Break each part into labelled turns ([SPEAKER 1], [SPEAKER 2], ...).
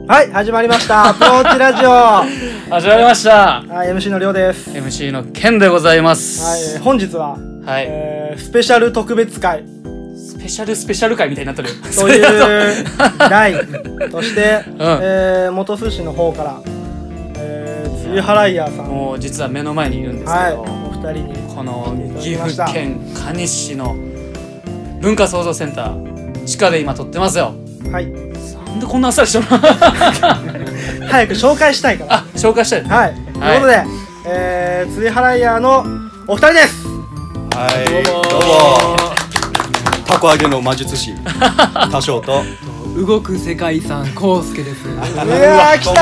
[SPEAKER 1] はい、始まりましたアプローチラジオ
[SPEAKER 2] 始まりました。
[SPEAKER 1] はい、MC のりょうです。
[SPEAKER 2] MC のケンでございます。
[SPEAKER 1] はい、本日は、
[SPEAKER 2] はい、
[SPEAKER 1] スペシャル特別会、
[SPEAKER 2] スペシャル会みたいになってる
[SPEAKER 1] そういう題として、元寿司の方から、梅雨払い屋さん、
[SPEAKER 2] もう実は目の前にいるんですけど、
[SPEAKER 1] はい、お二人に
[SPEAKER 2] この岐阜県可児市の文化創造センター地下で今撮ってますよ。
[SPEAKER 1] はい。
[SPEAKER 2] なんでこんなあっさりしたの
[SPEAKER 1] 早く紹介したいから。
[SPEAKER 2] あ、紹介したい。
[SPEAKER 1] はい。ということで、梅雨払い屋のお二人です。
[SPEAKER 3] はい、どうもたこ揚げの魔術師多少と
[SPEAKER 4] 動く世界遺産コウスケです。
[SPEAKER 1] いやー、来た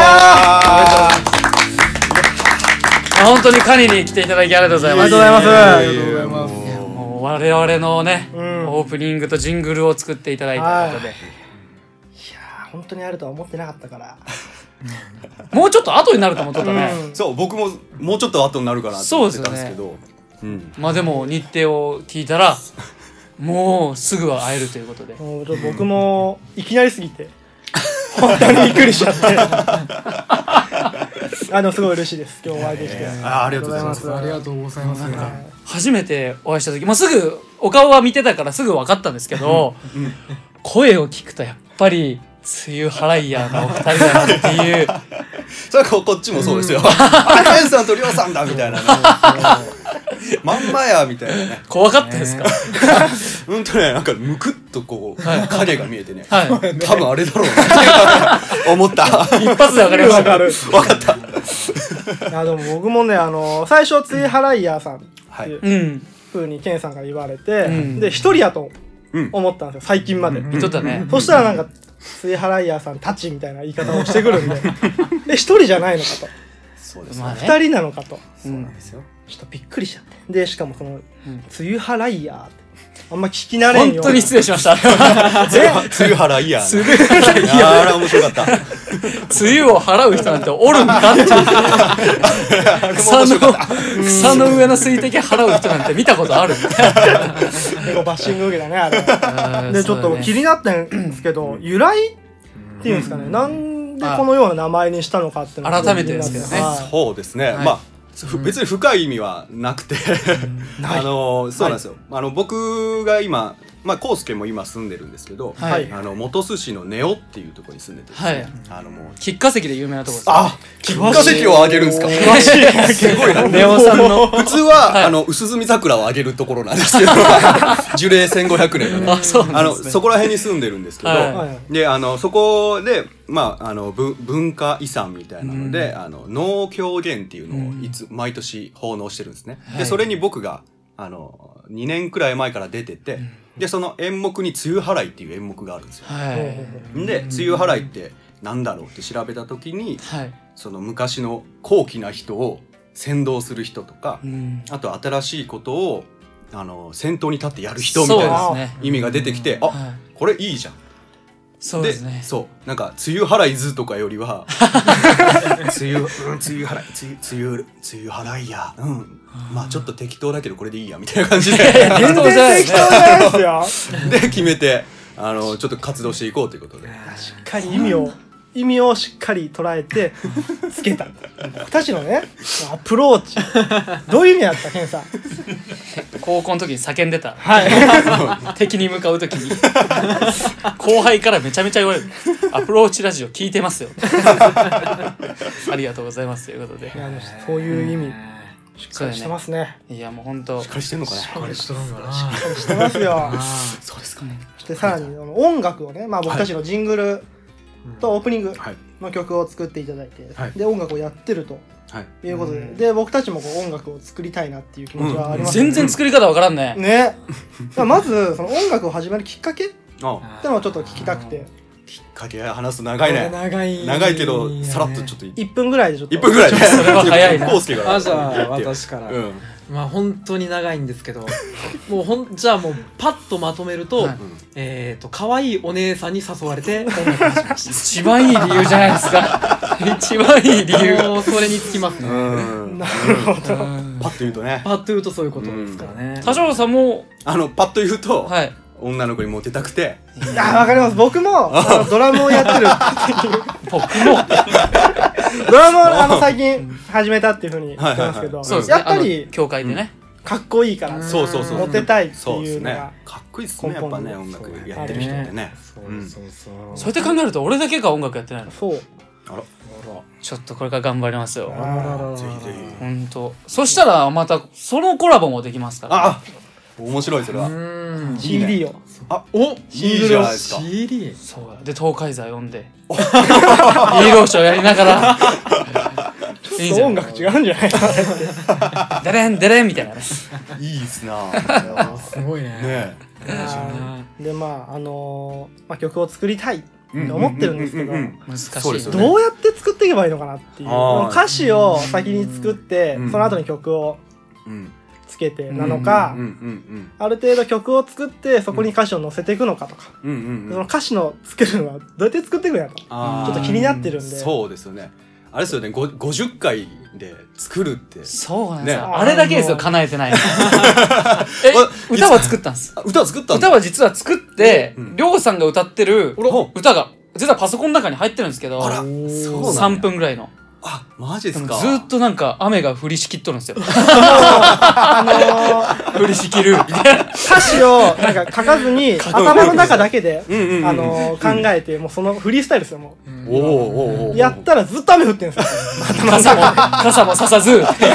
[SPEAKER 1] ー。
[SPEAKER 2] 本当にカニに来ていただきありがとうございます。
[SPEAKER 1] ありがとうございます。
[SPEAKER 4] ありがとうございます。
[SPEAKER 2] もう我々のね、オープニングとジングルを作っていただいたことで、
[SPEAKER 1] 本当にあるとは思ってなかったから
[SPEAKER 2] もうちょっと後になると思っとったね、
[SPEAKER 3] そう僕ももうちょっと後になるかなと思ってたんですけど、
[SPEAKER 2] まあでも日程を聞いたらもうすぐは会えるということで、
[SPEAKER 1] もう僕もいきなりすぎて本当にびっくりしちゃってでもすごい嬉しいです、今日お会いできて。
[SPEAKER 3] ありがとうございます。
[SPEAKER 4] ありがとうございます。
[SPEAKER 2] 初めてお会いした時、すぐお顔は見てたからすぐ分かったんですけど、声を聞くとやっぱり梅雨払い屋のお二人だなっていう
[SPEAKER 3] それはこっちもそうですよ。ケンさんとリョウさんだみたいなねまんまやみたいなね。
[SPEAKER 2] 怖かったですか？
[SPEAKER 3] ほんとね、なんかむくっとこう影が見えてね、
[SPEAKER 2] はい、
[SPEAKER 3] 多分あれだろうな思った
[SPEAKER 2] 一発で分かりました。
[SPEAKER 3] 分かった。
[SPEAKER 1] いやでも僕もね、最初梅雨払い屋さんっていう風にケンさんから言われて、で一人やと思ったんですよ、最近まで。
[SPEAKER 2] 言っとったね。
[SPEAKER 1] そしたらなんか梅雨払い屋さんたちみたいな言い方をしてくるんでで一人じゃないのかと、
[SPEAKER 3] そうです
[SPEAKER 1] ね、二人なのかと、
[SPEAKER 3] そうなんですよ。
[SPEAKER 1] ちょっとびっくりしちゃって、でしかもその、梅雨払い屋ってあんま聞き慣れんよ。
[SPEAKER 2] 本当に失礼しました。
[SPEAKER 3] 梅雨払いや。梅雨払いや。あら面白かった。
[SPEAKER 2] 梅雨を払う人なんておるんかっていう。草の上の水滴払う人なんて見たことある。
[SPEAKER 1] 結構バッシング受けだねあれ。でちょっと気になってんですけど、由来っていうんですかね、なんでこのような名前にしたのかっていうの
[SPEAKER 2] 改めてですけどね。
[SPEAKER 3] そうですね。まあ別に深い意味はなくてそうなんですよ。僕が今、コウスケも今住んでるんですけど、元寿司のネオっていうところに住んでてですね、もう
[SPEAKER 2] 菊花石で有名なところです。
[SPEAKER 3] あ、菊花石をあげるんですか？
[SPEAKER 1] 詳しい。
[SPEAKER 3] すごいな。
[SPEAKER 2] ネオさんの
[SPEAKER 3] 普通は薄墨桜をあげるところなんですけど、樹齢1500年のね、そこら辺に住んでるんですけど、でそこで文化遺産みたいなので能狂言っていうのを毎年奉納してるんですね。でそれに僕が2年くらい前から出てて、でその演目に梅雨払いっていう演目があるんですよ。で梅雨払いってなんだろうって調べた時に、その昔の高貴な人を先導する人とか、あと新しいことを先頭に立ってやる人みたいな意味が出てきて、あ、これいいじゃん。
[SPEAKER 2] そうですね。
[SPEAKER 3] そうなんか梅雨払い図とかよりは梅雨払いや、まあちょっと適当だけどこれでいいやみたいな感じで
[SPEAKER 1] 全然適当じゃないですよ
[SPEAKER 3] で決めてちょっと活動していこうということで、
[SPEAKER 1] しっかり意味をしっかり捉えてつけた僕たちのねアプローチ、どういう意味だったケンさん？
[SPEAKER 2] 高校の時に叫んでた、敵に向かう時に後輩からめちゃめちゃ言われる、アプローチラジオ聞いてますよありがとうございますということで、
[SPEAKER 1] そういう意味しっかりしてますね。
[SPEAKER 2] いやもう本当
[SPEAKER 3] しっかりしてんのかな。しっかりしてるんだな。
[SPEAKER 1] しっかりしてますよ。
[SPEAKER 3] そうですかね。
[SPEAKER 1] そしてさらに音楽をね、僕たちのジングルとオープニングの曲を作っていただいて、で音楽をやってるということで、僕たちも音楽を作りたいなっていう気持ちはあります。
[SPEAKER 2] 全然作り方わからんね。
[SPEAKER 1] ね。まずその音楽を始めるきっかけってのをちょっと聞きたくて。
[SPEAKER 3] きっかけ話すと長いね。長いけどさらっとちょっと
[SPEAKER 1] 1分ぐらいでちょっと。
[SPEAKER 3] 1分ぐらいで。
[SPEAKER 2] それは早いな。
[SPEAKER 3] コウスケが。
[SPEAKER 4] じゃあ私から。本当に長いんですけど、じゃあもうパッとまとめると、可愛いお姉さんに誘われて音楽をしました。
[SPEAKER 2] 一番いい理由じゃないですか。一番いい理由。
[SPEAKER 4] もうそれにつきますね。
[SPEAKER 1] なるほど。
[SPEAKER 3] パッと言うとね。
[SPEAKER 4] パッと言うとそういうことですからね。
[SPEAKER 2] 田代さんも
[SPEAKER 3] パッと言うと、女の子にモテたくて。
[SPEAKER 1] いやわかります。僕もドラムをやってるっていう。 ドラムを最近始めたっていうふうに言ってますけど、やっぱり
[SPEAKER 2] 教会でね
[SPEAKER 1] かっこいいからモテたいっていうのが
[SPEAKER 3] かっこいいっすねやっぱね音楽やってる人ってね。
[SPEAKER 2] そうやって考えると俺だけが音楽やってないの。
[SPEAKER 1] そう
[SPEAKER 3] あら
[SPEAKER 2] ちょっとこれから頑張りますよ。
[SPEAKER 3] ぜひぜひ。
[SPEAKER 2] 本当。そしたらまたそのコラボもできますから。
[SPEAKER 3] あ、面白いそれは。
[SPEAKER 1] CD を。
[SPEAKER 3] あ、お、シングルを。
[SPEAKER 4] CD。
[SPEAKER 2] そうで東海座読んで。ヒーローショーやりながら。
[SPEAKER 1] ちょっと音楽違うんじゃないか
[SPEAKER 2] な。デレンデレンみたいなね。
[SPEAKER 3] いいっすな。
[SPEAKER 4] すごいね。
[SPEAKER 1] でまあ曲を作りたい。思ってるんですけど、
[SPEAKER 2] 難しい。
[SPEAKER 1] どうやって作っていけばいいのかなっていう。歌詞を先に作って、その後に曲をつけてなのか、ある程度曲を作ってそこに歌詞を載せていくのかとか、その歌詞のつけるのはどうやって作っていくのやと、ちょっと気になってるんで。
[SPEAKER 3] そうですよね。あれですよね、50回で作るって。
[SPEAKER 2] そうなんですよ。あれだけですよ、叶えてないの。歌は作ったんです。
[SPEAKER 3] 歌は作ったん
[SPEAKER 2] 歌は実は作って、りょうさんが歌ってる歌が、実はパソコンの中に入ってるんですけど、3分ぐらいの。
[SPEAKER 3] あ、マジですか。
[SPEAKER 2] ずっとなんか雨が降りしきっとるんですよ。降りしきる。
[SPEAKER 1] 歌詞をなんか書かずに頭の中だけで考えて、もうそのフリースタイルですよ、もう。やったらずっと雨降ってるんですよ。
[SPEAKER 2] 傘もささず。立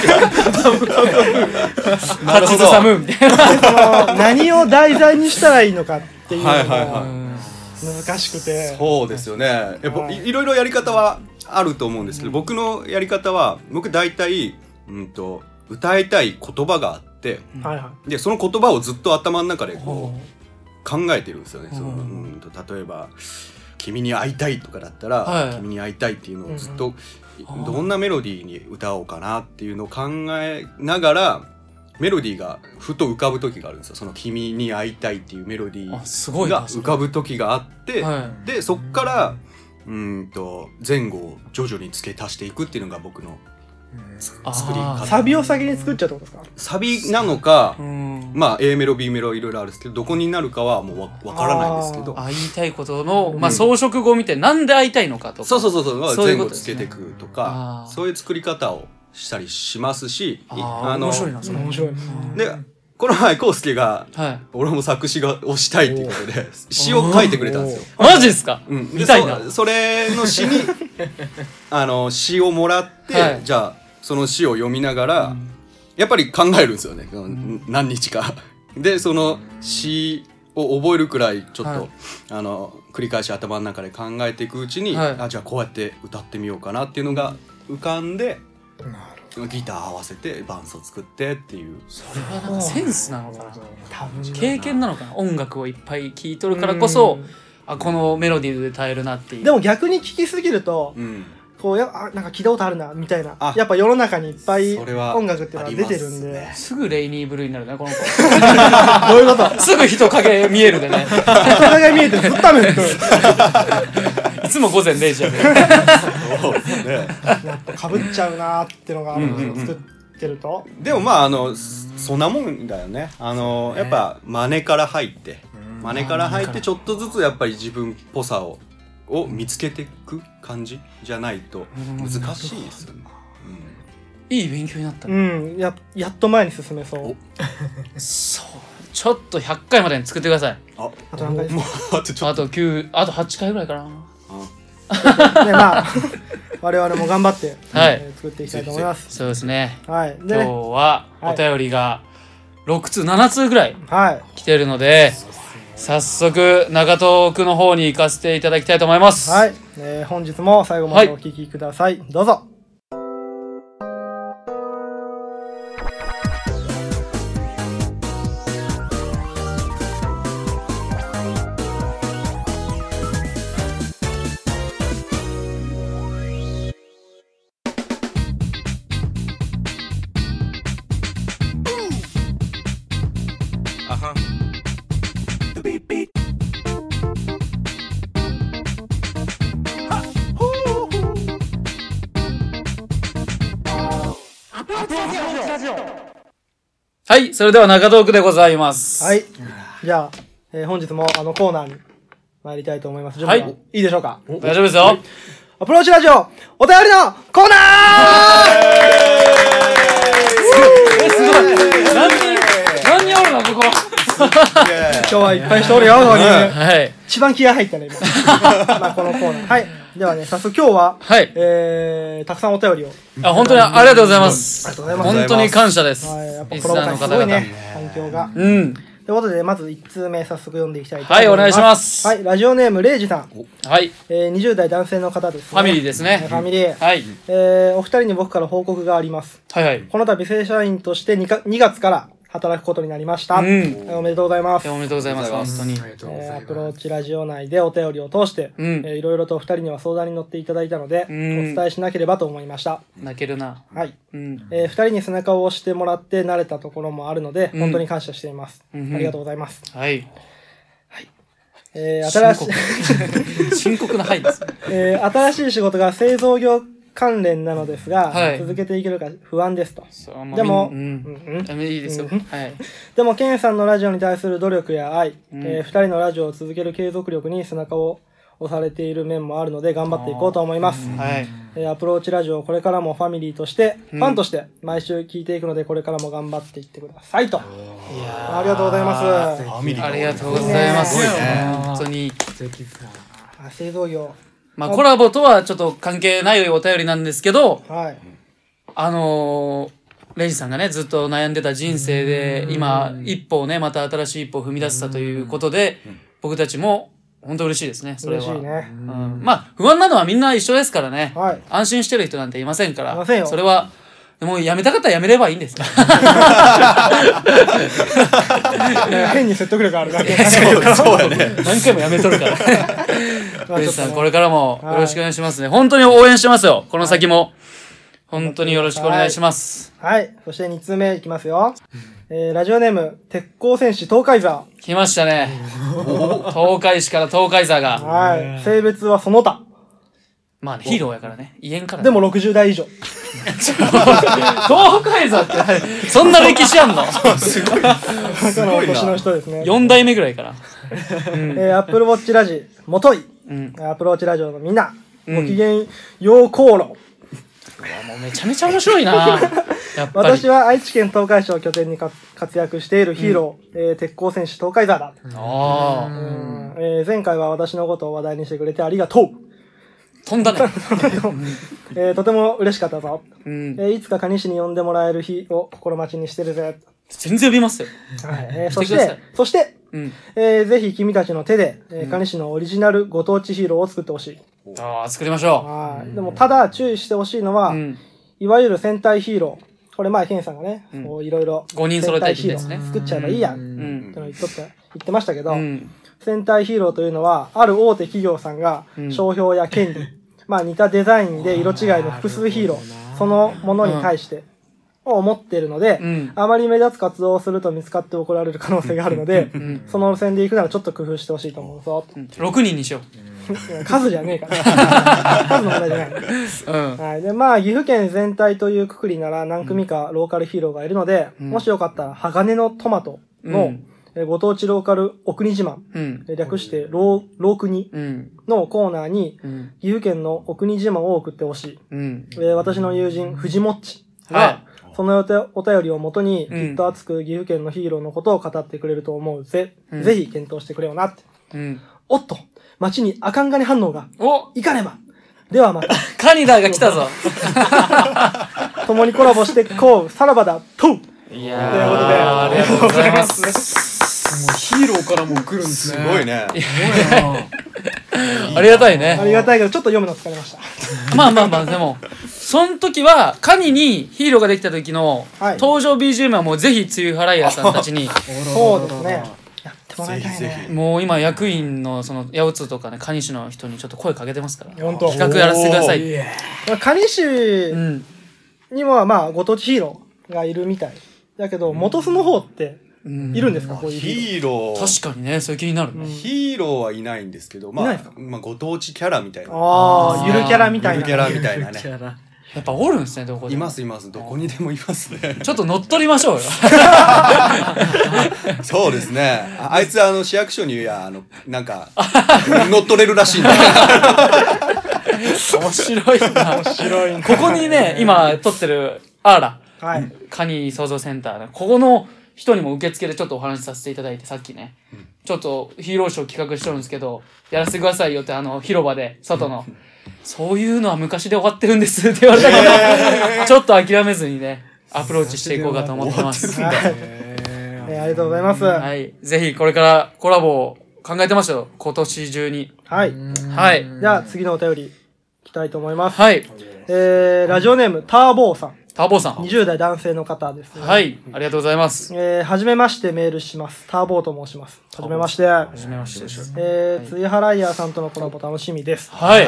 [SPEAKER 2] ちずさむみたいな。
[SPEAKER 1] 何を題材にしたらいいのかっていうのが難しくて。
[SPEAKER 3] そうですよね。いろいろやり方はあると思うんですけど、僕のやり方は僕大体歌いたい言葉があって、でその言葉をずっと頭の中でこう考えてるんですよね。例えば「君に会いたい」とかだったら「君に会いたい」っていうのをずっとどんなメロディーに歌おうかなっていうのを考えながらメロディーがふと浮かぶ時があるんですよ。その「君に会いたい」っていうメロディーが浮かぶ時があって、でそっから前後を徐々に付け足していくっていうのが僕の作り方。
[SPEAKER 1] サビを先に作っちゃうってことですか？
[SPEAKER 3] サビなのか、まあ A メロ B メロいろいろあるんですけど、どこになるかはもうわからないですけど、
[SPEAKER 2] 言いたいことのまあ装飾語みたいな、なんで会いたいのかとか、
[SPEAKER 3] そう前後つけていくとか、そういう作り方をしたりしますし、
[SPEAKER 2] 面白いなそれ。
[SPEAKER 1] 面白い。
[SPEAKER 3] でこの前康介が、俺も作詞をしたいっていうことで詩を書いてくれたんですよ。
[SPEAKER 2] マジですか？みたいな。
[SPEAKER 3] それの詩に詩をもらって、じゃあその詩を読みながらやっぱり考えるんですよね。何日かでその詩を覚えるくらいちょっと繰り返し頭の中で考えていくうちに、じゃあこうやって歌ってみようかなっていうのが浮かんで。ギター合わせて伴奏作ってっていう。
[SPEAKER 2] それはなんかセンスなのかな、経験なのかな。音楽をいっぱい聴いとるからこそこのメロディーで歌えるなっていう。
[SPEAKER 1] でも逆に聴きすぎるとこうなんか聞いたことあるなみたいな、やっぱ世の中にいっぱい音楽っていうのは出てるんで、
[SPEAKER 2] すぐレイニーブルーになるねこの子。
[SPEAKER 1] どういうこと？
[SPEAKER 2] すぐ人影見えるでね。
[SPEAKER 1] 人影見えてずっと雨降ってる。
[SPEAKER 2] いつも午前0時やで。
[SPEAKER 3] そうですね。
[SPEAKER 1] やっぱかぶっちゃうなーってのがあるんですよ、作ってると。
[SPEAKER 3] でもまあそんなもんだよね。やっぱ真似から入ってちょっとずつやっぱり自分っぽさを見つけていく感じじゃないと難しいですよね。
[SPEAKER 2] いい勉強になったね。
[SPEAKER 1] やっと前に進めそう。
[SPEAKER 2] そう。ちょっと100回までに作ってください。
[SPEAKER 1] あと何回ですか？
[SPEAKER 2] あと8回ぐらいかな。
[SPEAKER 1] でまあ我々も頑張って作っていきたいと思います。
[SPEAKER 2] そうですね。
[SPEAKER 1] 今
[SPEAKER 2] 日はお便りが6通7通ぐらい来てるので、早速長トークの方に行かせていただきたいと思います。
[SPEAKER 1] 本日も最後までお聞きください。どうぞ。
[SPEAKER 2] はい、それでは中トークでございます。
[SPEAKER 1] はい。じゃあ、本日もコーナーに参りたいと思います。準備はいいでしょうか？
[SPEAKER 2] 大丈夫ですよ。
[SPEAKER 1] アプローチラジオお便りのコーナー
[SPEAKER 2] すごい何人おるのここ
[SPEAKER 1] 今日はいっぱい人おるよ、ここに。
[SPEAKER 2] はい。
[SPEAKER 1] 一番気が入ったね、今。まあ、このコーナー。はい。ではね、早速今日は、
[SPEAKER 2] はい。
[SPEAKER 1] たくさんお便りを。
[SPEAKER 2] 本当にありがとうございます。
[SPEAKER 1] ありがとうございます。
[SPEAKER 2] 本当に感謝です。
[SPEAKER 1] はい。やっぱコラボ会すごいね、反響が。
[SPEAKER 2] うん。
[SPEAKER 1] ということで、まず1通目早速読んでいきたいと思います。はい、
[SPEAKER 2] お願いします。
[SPEAKER 1] はい、ラジオネーム、れいじさん。
[SPEAKER 2] はい。
[SPEAKER 1] 20代男性の方ですね。
[SPEAKER 2] ファミリーですね。
[SPEAKER 1] ファミリー。
[SPEAKER 2] はい。
[SPEAKER 1] お二人に僕から報告があります。
[SPEAKER 2] はいはい。
[SPEAKER 1] この度、正社員として2月から働くことになりました。おめでとうございます。
[SPEAKER 2] おめでとうございます。本当に。
[SPEAKER 1] アプローチラジオ内でお便りを通して、いろいろとお二人には相談に乗っていただいたので、お伝えしなければと思いました。
[SPEAKER 2] 泣けるな。
[SPEAKER 1] はい。二人に背中を押してもらって慣れたところもあるので、本当に感謝しています。ありがとうございます。
[SPEAKER 2] はい。
[SPEAKER 1] はい。新し
[SPEAKER 2] い深刻なはいです。
[SPEAKER 1] 新しい仕事が製造業関連なのですが、続けていけるか不安ですと。でも、
[SPEAKER 2] いいですよ。はい。
[SPEAKER 1] でも、ケンさんのラジオに対する努力や愛、二人のラジオを続ける継続力に背中を押されている面もあるので、頑張っていこうと思います。
[SPEAKER 2] はい。
[SPEAKER 1] アプローチラジオをこれからもファミリーとして、ファンとして毎週聞いていくので、これからも頑張っていってくださいと。ありがとうございます。
[SPEAKER 2] ありがとうございます。本当に。
[SPEAKER 1] 製造業。
[SPEAKER 2] まあコラボとはちょっと関係ないお便りなんですけど、
[SPEAKER 1] はい、
[SPEAKER 2] レイジさんがねずっと悩んでた人生で今一歩をねまた新しい一歩を踏み出せたということで、僕たちも本当嬉しいですね。それは
[SPEAKER 1] 嬉しいね。
[SPEAKER 2] まあ不安なのはみんな一緒ですからね。
[SPEAKER 1] はい、
[SPEAKER 2] 安心してる人なんていませんから。
[SPEAKER 1] いませんよ。
[SPEAKER 2] それはもうやめたかったらやめればいいんです。
[SPEAKER 1] 変に説得力あるだけ。
[SPEAKER 2] そうやね。何回もやめとるから。レイジさんこれからもよろしくお願いしますね。本当に応援してますよ。この先も本当によろしくお願いします。
[SPEAKER 1] はい。そして2通目いきますよ。ラジオネーム鉄鋼戦士東海座。
[SPEAKER 2] 来ましたね。東海市から東海座が。
[SPEAKER 1] はい。性別はその他。
[SPEAKER 2] まあね、ヒーローやからね。言えんからね。
[SPEAKER 1] でも60代以上。
[SPEAKER 2] 東海座ってそんな歴史あんの？
[SPEAKER 1] すごいな。年の人ですね。
[SPEAKER 2] 4代目ぐらいかな。
[SPEAKER 1] アップルウォッチラジもとい。アプローチラジオのみんな。ご機嫌よう口論。
[SPEAKER 2] もうめちゃめちゃ面白いな。やっぱり
[SPEAKER 1] 私は愛知県東海市を拠点に活躍しているヒーロー、鉄鋼戦士東海座だ。前回は私のことを話題にしてくれてありがとう。
[SPEAKER 2] 飛んだね。
[SPEAKER 1] とても嬉しかったぞ。いつか蟹市に呼んでもらえる日を心待ちにしてるぜ。
[SPEAKER 2] 全然呼びますよ。
[SPEAKER 1] そして、ぜひ君たちの手で、蟹市のオリジナルご当地ヒーローを作ってほしい。
[SPEAKER 2] 作りましょ
[SPEAKER 1] う。でも、ただ注意してほしいのは、いわゆる戦隊ヒーロー。これ前、ケンさんがね、いろいろ
[SPEAKER 2] 5人揃えたいですね。
[SPEAKER 1] 作っちゃえばいいやん。って言ってましたけど、戦隊ヒーローというのは、ある大手企業さんが、商標や権利、まあ似たデザインで色違いの複数ヒーロー、そのものに対して、思っているので、あまり目立つ活動をすると見つかって怒られる可能性があるので、その路線で行くならちょっと工夫してほしいと思うぞ。
[SPEAKER 2] 6人にしよ
[SPEAKER 1] う。数じゃねえから。数の問題じゃない。はい。で、まあ、岐阜県全体というくくりなら何組かローカルヒーローがいるので、もしよかったら、鋼のトマトの、ご当地ローカルお国自慢、略してロー国のコーナーに、岐阜県のお国自慢を送ってほしい。私の友人、藤もっちが、そのお便りをもとに、きっと熱く岐阜県のヒーローのことを語ってくれると思うぜ。ぜひ検討してくれよなって。おっと、街にアカンガニ反応が。いかねば。ではまた。
[SPEAKER 2] カニダーが来たぞ。
[SPEAKER 1] 共にコラボしてこう、さらばだ、と
[SPEAKER 2] いやー、ということで、ありがとうございます。
[SPEAKER 4] もうヒーローからも来るんですね。
[SPEAKER 3] すごいね。
[SPEAKER 2] ありがたいね。
[SPEAKER 1] ありがたいけど、ちょっと読むの疲れました。
[SPEAKER 2] まあ、でも、その時は、カニにヒーローができた時の登場 BGM はもうぜひ、梅雨払い屋さんたちに。
[SPEAKER 1] そうですね。やってもらいたいね。
[SPEAKER 2] もう今、役員の、その、八百津とかね、カニ市の人にちょっと声かけてますから。
[SPEAKER 1] 本当。
[SPEAKER 2] 企画やらせてください。
[SPEAKER 1] カニ市には、まあ、ご当地ヒーローがいるみたい。だけど、元栖の方って、いるんですか、こういう
[SPEAKER 3] ヒーロ
[SPEAKER 2] ー。確かにね、そういう気になるね。
[SPEAKER 3] ヒーローはいないんですけど、まあ、ご当地キャラみたいな。
[SPEAKER 1] ああ、ゆるキャラみたいな。
[SPEAKER 3] ゆるキャラみたいなね。
[SPEAKER 2] やっぱおるんですね、どこでも。
[SPEAKER 3] います。どこにでもいますね。
[SPEAKER 2] ちょっと乗っ取りましょうよ。
[SPEAKER 3] そうですね。あいつ市役所になんか乗っ取れるらしいんだ。
[SPEAKER 2] 面白いな。
[SPEAKER 1] 面白いな。
[SPEAKER 2] ここにね、今撮ってるアーラ、
[SPEAKER 1] はい、
[SPEAKER 2] カニ創造センター、ここの人にも受付でちょっとお話しさせていただいて、さっきね、ちょっとヒーローショー企画してるんですけど、やらせてくださいよって広場で、外の、そういうのは昔で終わってるんですって言われたから、ちょっと諦めずにね、アプローチしていこうかと思ってます。
[SPEAKER 1] ありがとうございます。
[SPEAKER 2] はい。ぜひこれからコラボを考えてましたよ。今年中に。
[SPEAKER 1] はい。
[SPEAKER 2] はい。
[SPEAKER 1] じゃあ次のお便りいきたいと思います。
[SPEAKER 2] はい。
[SPEAKER 1] ラジオネームターボーさん。
[SPEAKER 2] ターボーさん。
[SPEAKER 1] 20代男性の方ですね。
[SPEAKER 2] はい。ありがとうございます。
[SPEAKER 1] はじめましてメールします。ターボーと申します。はじめまして。は
[SPEAKER 2] じめまして。
[SPEAKER 1] ツイハライヤーさんとのコラボ楽しみです。
[SPEAKER 2] はい。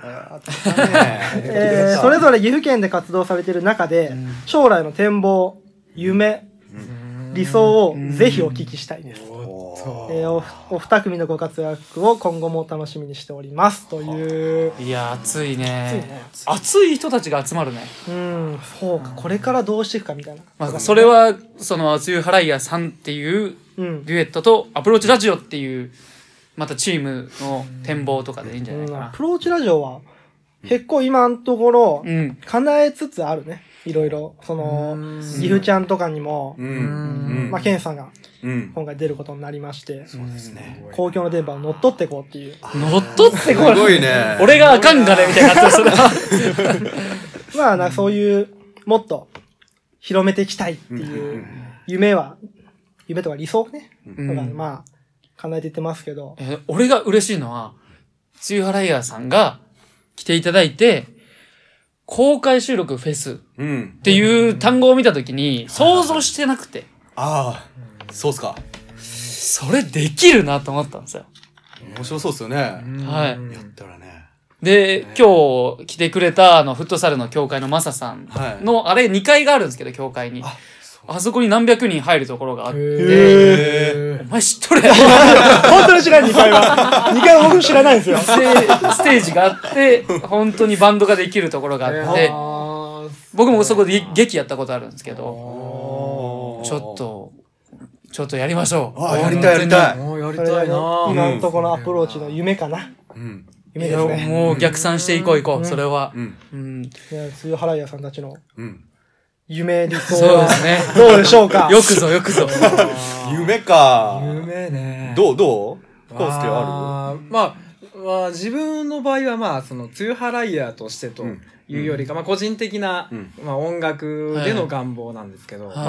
[SPEAKER 1] それぞれ岐阜県で活動されている中で、将来の展望、夢、理想をぜひお聞きしたいです。お二組のご活躍を今後も楽しみにしておりますという。
[SPEAKER 2] いや熱いね。熱い人たちが集まるね。
[SPEAKER 1] そうか。これからどうしていくかみたいな。
[SPEAKER 2] まあそれはそのツイハライヤーさんっていうデュエットとアプローチラジオっていうまたチームの展望とかでいいんじゃないかな。
[SPEAKER 1] アプローチラジオは結構今のところ叶えつつあるね。いろいろその岐阜ちゃんとかにもまあケンさんが今回出ることになりまして、
[SPEAKER 3] そうですね。
[SPEAKER 1] 公共の電波を乗っ取っていこうっていう。
[SPEAKER 2] 乗っ取ってこう。
[SPEAKER 3] すごいね。
[SPEAKER 2] 俺があかんがねみたいな感じで
[SPEAKER 1] まあそういうもっと広めていきたいっていう夢とか理想ね。まあ叶えていってますけど。
[SPEAKER 2] 俺が嬉しいのはツイハライヤーさんが来ていただいて。公開収録フェスっていう単語を見たときに想像してなくて。
[SPEAKER 3] ああ、そうっすか。
[SPEAKER 2] それできるなと思ったんですよ。
[SPEAKER 3] 面白そうっすよね。
[SPEAKER 2] はい。
[SPEAKER 3] やったらね。
[SPEAKER 2] で、今日来てくれたフットサルの協会のマサさんの、あれ2階があるんですけど、協会に。あそこに何百人入るところがあって、お前知っとれ
[SPEAKER 1] 本当に知らん、2階は。2階は僕知らないんですよ。
[SPEAKER 2] ステージがあって、本当にバンドができるところがあって、僕もそこで劇やったことあるんですけど、ちょっとやりましょう。
[SPEAKER 3] やりたい。やりたい
[SPEAKER 1] な。今のところのアプローチの夢かな。夢ですね。
[SPEAKER 2] もう逆算していこう、それは。
[SPEAKER 1] ツイハライヤーさんたちの。夢理想
[SPEAKER 2] は
[SPEAKER 1] どうでしょうか。
[SPEAKER 2] よくぞ。
[SPEAKER 3] 夢か。
[SPEAKER 4] 夢ね。
[SPEAKER 3] どうコウスケある？
[SPEAKER 4] まあ自分の場合はまあそのツイハライヤーとしてというよりか、まあ個人的なまあ音楽での願望なんですけど、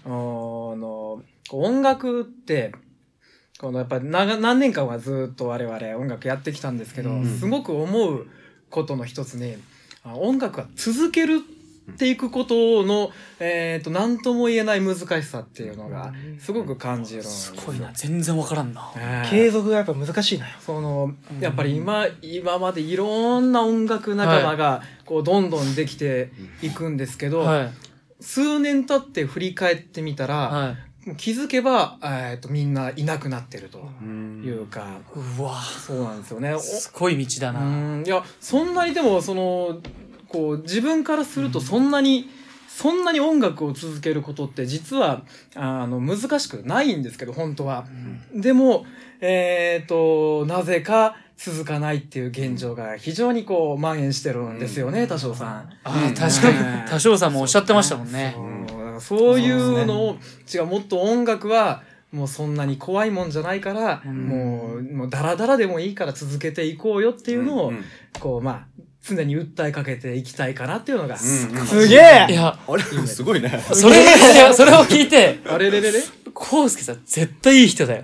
[SPEAKER 4] 音楽ってやっぱ何年間はずっと我々音楽やってきたんですけど、すごく思うことの一つに音楽は続けるっていくことの、何とも言えない難しさっていうのがすごく感じるんですよ。
[SPEAKER 2] すごいな、全然わからんな。
[SPEAKER 1] 継続がやっぱ難しいなよ。
[SPEAKER 4] やっぱり今までいろんな音楽仲間がこうどんどんできていくんですけど、数年経って振り返ってみたら、気づけば、みんないなくなってるというか。
[SPEAKER 2] うわ、
[SPEAKER 4] そうなんですよね。
[SPEAKER 2] すごい道だな。
[SPEAKER 4] いや、そんなにでもこう自分からするとそんなに音楽を続けることって実は難しくないんですけど、本当は。でもなぜか続かないっていう現状が非常にこう蔓延してるんですよね、多少さん。
[SPEAKER 2] 確かに多少さんもおっしゃってましたもんね。
[SPEAKER 4] そういうのをもっと音楽はもうそんなに怖いもんじゃないから、もうダラダラでもいいから続けていこうよっていうのをこう常に訴えかけていきたいかなっていうのが。
[SPEAKER 1] すげえ。
[SPEAKER 2] いや、
[SPEAKER 3] あれすごいね。
[SPEAKER 2] それを聞いて、コウスケさん絶対いい人だよ。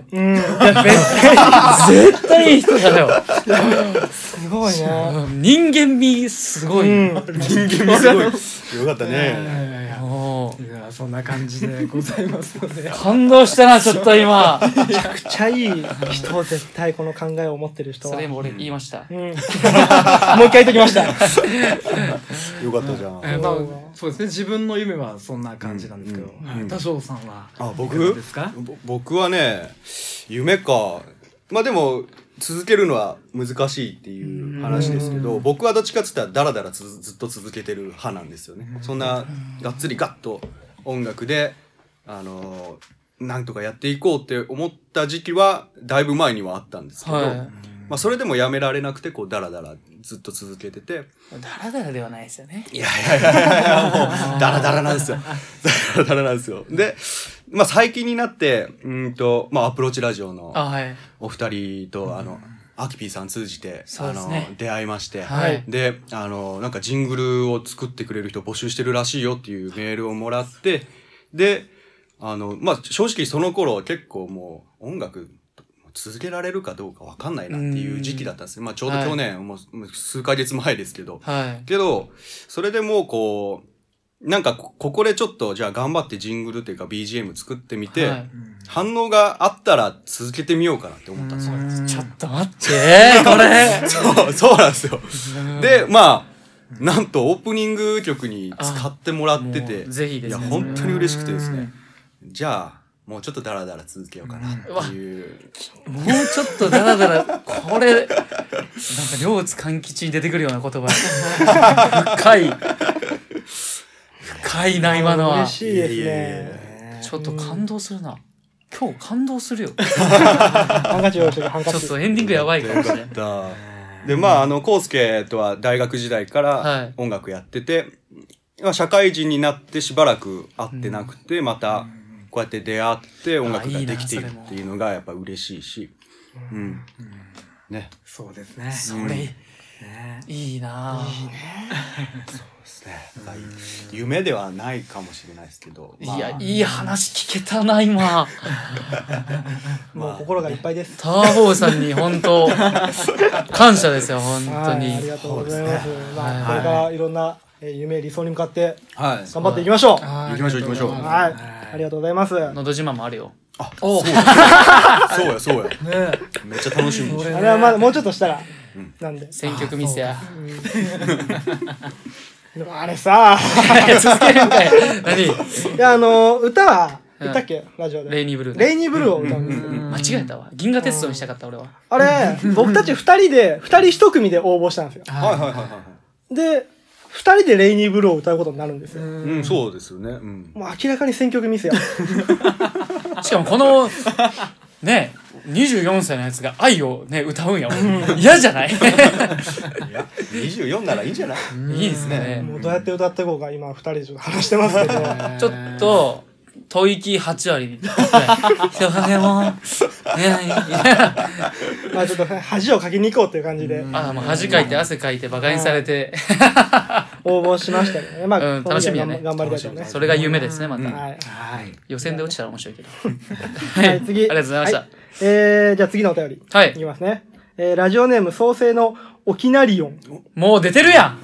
[SPEAKER 2] 絶対いい人だよ。
[SPEAKER 1] すごいね。
[SPEAKER 2] 人間味すごい。
[SPEAKER 3] 人間味すごい。よかったね。
[SPEAKER 4] いや、そんな感じでございますので。
[SPEAKER 2] 感動したな、ちょっと今。
[SPEAKER 1] めちゃくちゃいい人、絶対この考えを持ってる人は。
[SPEAKER 2] それも俺言いました。
[SPEAKER 1] もう一回言っときました。
[SPEAKER 3] よかったじゃん。
[SPEAKER 4] そうですね、自分の夢はそんな感じなんですけど、多少さんは
[SPEAKER 3] 僕
[SPEAKER 4] ですか？
[SPEAKER 3] 僕はね、夢か。まあでも続けるのは難しいっていう話ですけど、僕はどっちかって言ったらダラダラずっと続けてる派なんですよね。そんながっつりガッと音楽でなんとかやっていこうって思った時期はだいぶ前にはあったんですけど、 まあそれでもやめられなくてこうダラダラずっと続けてて、
[SPEAKER 2] ダラダラではないですよね。
[SPEAKER 3] いやもうダラダラなんですよ。ダラダラなんですよ。で、まあ最近になってまあアプローチラジオのお二人とアキピーさん通じて、出会いまして、はい、でなんかジングルを作ってくれる人募集してるらしいよっていうメールをもらって、でまあ正直その頃結構もう音楽続けられるかどうか分かんないなっていう時期だったんですね。まあちょうど去年、はい、もう数ヶ月前ですけど、はい、けどそれでもうこうなんかここでちょっとじゃあ頑張ってジングルっていうか BGM 作ってみて、はい、反応があったら続けてみようかなって思ったんです
[SPEAKER 2] よ。ちょっと待ってこれ
[SPEAKER 3] そうなんですよ。でまあなんとオープニング曲に使ってもらってて、
[SPEAKER 2] ぜひですね。
[SPEAKER 3] いや本当に嬉しくてですね。じゃあもうちょっとダラダラ続けようかなっていう、
[SPEAKER 2] もうちょっとダラダラこれなんか両津勘吉に出てくるような言葉深いな今のは。
[SPEAKER 1] 嬉しいですね。
[SPEAKER 2] ちょっと感動するな。今日感動するよ。
[SPEAKER 1] ハンカチ用意してるハンカチ。
[SPEAKER 2] ちょっとエンディングやばいかもしれない。
[SPEAKER 3] でまあコウスケとは大学時代から音楽やってて、はい、社会人になってしばらく会ってなくて、またこうやって出会って音楽ができているっていうのがやっぱ嬉しいし、ね。
[SPEAKER 4] そうですね。
[SPEAKER 2] それ、いいなぁ。
[SPEAKER 3] いいね。そうですね。夢ではないかもしれないですけど。
[SPEAKER 2] いや、いい話聞けたな今。
[SPEAKER 1] もう心がいっぱいです。
[SPEAKER 2] ターボーさんに本当感謝ですよ本当に。
[SPEAKER 1] ありがとうございます。まあこれからいろんな夢理想に向かって頑張っていきましょう。
[SPEAKER 3] 行きましょう。
[SPEAKER 1] はい。ありがとうございます。
[SPEAKER 2] のど自慢もあるよ。
[SPEAKER 3] あ、そうや。めっちゃ楽しみにして。
[SPEAKER 1] あれはまだもうちょっとしたらなんで。
[SPEAKER 2] 選曲ミスや。
[SPEAKER 1] あれさ。
[SPEAKER 2] 続けるんかい。何？い
[SPEAKER 1] や歌は言ったっけラジオで。
[SPEAKER 2] レイニーブルー。
[SPEAKER 1] レイニーブルーを歌うんです。
[SPEAKER 2] 間違えたわ。銀河鉄道にしたかった俺は。
[SPEAKER 1] あれ僕たち二人一組で応募したんですよ。
[SPEAKER 3] はい。
[SPEAKER 1] で。二人でレイニーブルーを歌うことになるんですよ。
[SPEAKER 3] そうですよね。
[SPEAKER 1] もう明らかに選曲ミスや。
[SPEAKER 2] しかもこのね24歳のやつが愛をね歌うんやもん。嫌じゃない？い
[SPEAKER 3] や24ならいいんじゃない？
[SPEAKER 2] いいですね。
[SPEAKER 1] もうどうやって歌っていこうか今二人でちょっと話してますけど。
[SPEAKER 2] ちょっと吐息8割。人影もま
[SPEAKER 1] あちょっと恥をかきに行こうっていう感じで。
[SPEAKER 2] もう恥かいて汗かいてバカにされて
[SPEAKER 1] 応募しましたけどね。まあ
[SPEAKER 2] 楽しみやね。
[SPEAKER 1] 頑張りたいとね。
[SPEAKER 2] それが夢ですねまた。予選で落ちたら面白いけど。はい、次。ありがとうございました。
[SPEAKER 1] じゃあ次のお便り。
[SPEAKER 2] はい。
[SPEAKER 1] いきますね。ラジオネーム創生のオキナリオン。
[SPEAKER 2] もう出てるやん。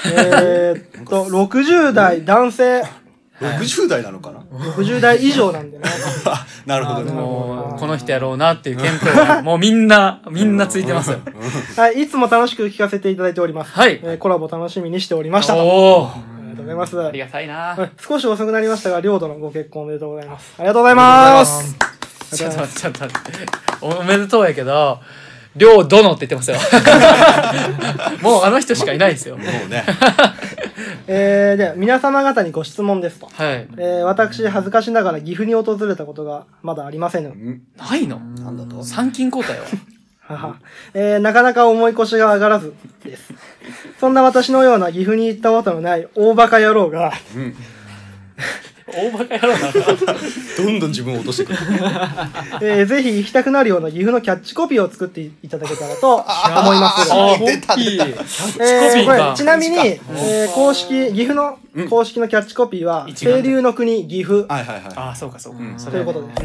[SPEAKER 1] 60代男性。
[SPEAKER 3] 60代なのかな
[SPEAKER 1] ?60 代以上なんでね。
[SPEAKER 3] なるほどね。
[SPEAKER 2] もう、この人やろうなっていう見当が、もうみんなついてますよ。
[SPEAKER 1] はい、いつも楽しく聞かせていただいております。
[SPEAKER 2] はい。
[SPEAKER 1] コラボ楽しみにしておりました。
[SPEAKER 2] おー。
[SPEAKER 1] ありがとうございます。
[SPEAKER 2] ありがたいな。
[SPEAKER 1] 少し遅くなりましたが、領土のご結婚おめでとうございます。ありがとうございます。
[SPEAKER 2] ちょっと待って。おめでとうやけど、領土のって言ってますよ。もうあの人しかいないですよ。
[SPEAKER 3] もうね。
[SPEAKER 1] では皆様方にご質問ですと。
[SPEAKER 2] はい。
[SPEAKER 1] 私恥ずかしながら岐阜に訪れたことがまだありません。
[SPEAKER 2] ないの？
[SPEAKER 3] なんだと？
[SPEAKER 2] 参勤交代は。
[SPEAKER 1] なかなか重い腰が上がらずです。そんな私のような岐阜に行ったことのない大バカ野郎が、
[SPEAKER 2] 大バカ野郎なんだ。
[SPEAKER 3] どんどん自分を落としてく
[SPEAKER 1] る。ぜひ行きたくなるような岐阜のキャッチコピーを作っていただけたらと思います。
[SPEAKER 3] 出た。
[SPEAKER 1] これちなみに、岐阜の公式のキャッチコピーは、清流の国岐阜。
[SPEAKER 2] あ、そうか。
[SPEAKER 1] ということです。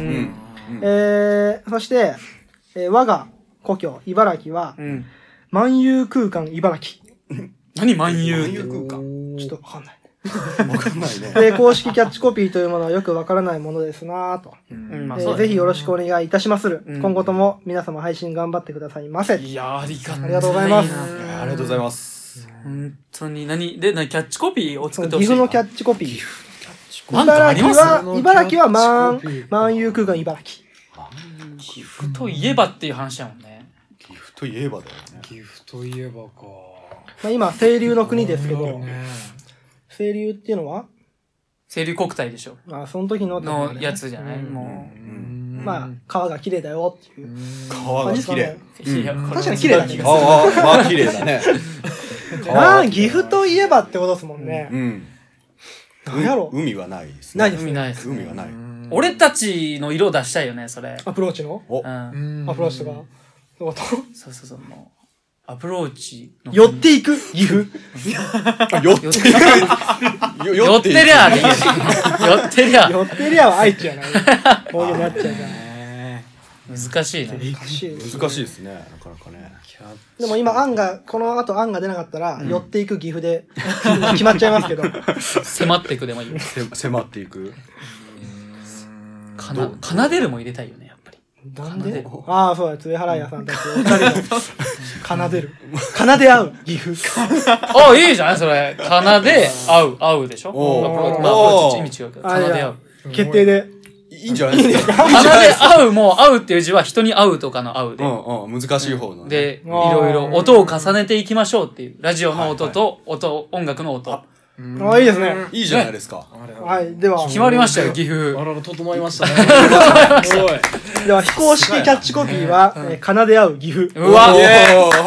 [SPEAKER 1] そして、我が故郷茨城は、万有空間茨城。
[SPEAKER 2] 何万有
[SPEAKER 3] 空間？
[SPEAKER 1] ちょっとわかんない。
[SPEAKER 3] わかんないね。
[SPEAKER 1] 公式キャッチコピーというものはよくわからないものですなぁと。ぜひよろしくお願いいたしまする。今後とも皆様配信頑張ってくださいませ。
[SPEAKER 2] いや
[SPEAKER 1] ありがとうございます。
[SPEAKER 3] ありがとうございます。
[SPEAKER 2] 本当にキャッチコピーを作ってほしい。
[SPEAKER 1] 岐阜のキャッチコピー。
[SPEAKER 2] 茨
[SPEAKER 1] 城は万有空間茨城。
[SPEAKER 2] 岐阜といえばっていう話だもんね。
[SPEAKER 3] 岐阜といえばだよね。
[SPEAKER 4] 岐阜といえばか。
[SPEAKER 1] 今清流の国ですけど。清流っていうのは
[SPEAKER 2] 清流国体でしょ。
[SPEAKER 1] その時の
[SPEAKER 2] やつじゃないもう。
[SPEAKER 1] まあ川が綺麗だよっていう
[SPEAKER 3] 川が綺麗、
[SPEAKER 1] 確かに綺麗だね。
[SPEAKER 3] まあ綺麗だね。
[SPEAKER 1] まあ岐阜といえばってことですもんね。何やろ。
[SPEAKER 3] 海はないですね。
[SPEAKER 1] ないです。
[SPEAKER 2] 海ないです。
[SPEAKER 3] 海はない。
[SPEAKER 2] 俺たちの色出したいよね、それ。
[SPEAKER 1] アプローチの？アプローチとか。
[SPEAKER 2] そうもうアプローチ
[SPEAKER 1] の寄っていく岐阜。
[SPEAKER 3] 寄っていく。
[SPEAKER 2] 寄ってりゃでいいよ。寄ってりゃ。
[SPEAKER 1] 寄ってりゃは愛知やない。方言になっちゃうから。
[SPEAKER 2] 難しいね。
[SPEAKER 3] 難しいですね。なかなかね。
[SPEAKER 1] でも今この後案が出なかったら、寄っていく岐阜で決まっちゃいますけど。
[SPEAKER 2] 迫っていくでもいい。
[SPEAKER 3] 迫っていく。
[SPEAKER 2] 奏でるも入れたいよね、やっぱり。
[SPEAKER 1] なんで？ああ、そうだ、上原屋さんたちお二人が奏でる。奏で合う岐阜。
[SPEAKER 2] あ、いいじゃん、それ。奏で合うでしょ。アプローチ意味違うけど。奏で合う。
[SPEAKER 1] 決定で。
[SPEAKER 3] いいんじゃないですか。
[SPEAKER 2] 奏で合うも合うっていう字は人に合うとかの合うで。
[SPEAKER 3] 難しい方の。
[SPEAKER 2] で、いろいろ音を重ねていきましょうっていう。ラジオの音と音楽の音。
[SPEAKER 1] あ、いいですね。
[SPEAKER 3] いいじゃないですか。
[SPEAKER 1] はい、では。
[SPEAKER 2] 決まりましたよ、岐阜。
[SPEAKER 4] あらら、整いましたね。
[SPEAKER 1] すごい。では、非公式キャッチコピーは、奏で合う岐阜。
[SPEAKER 2] うわ、
[SPEAKER 1] 決定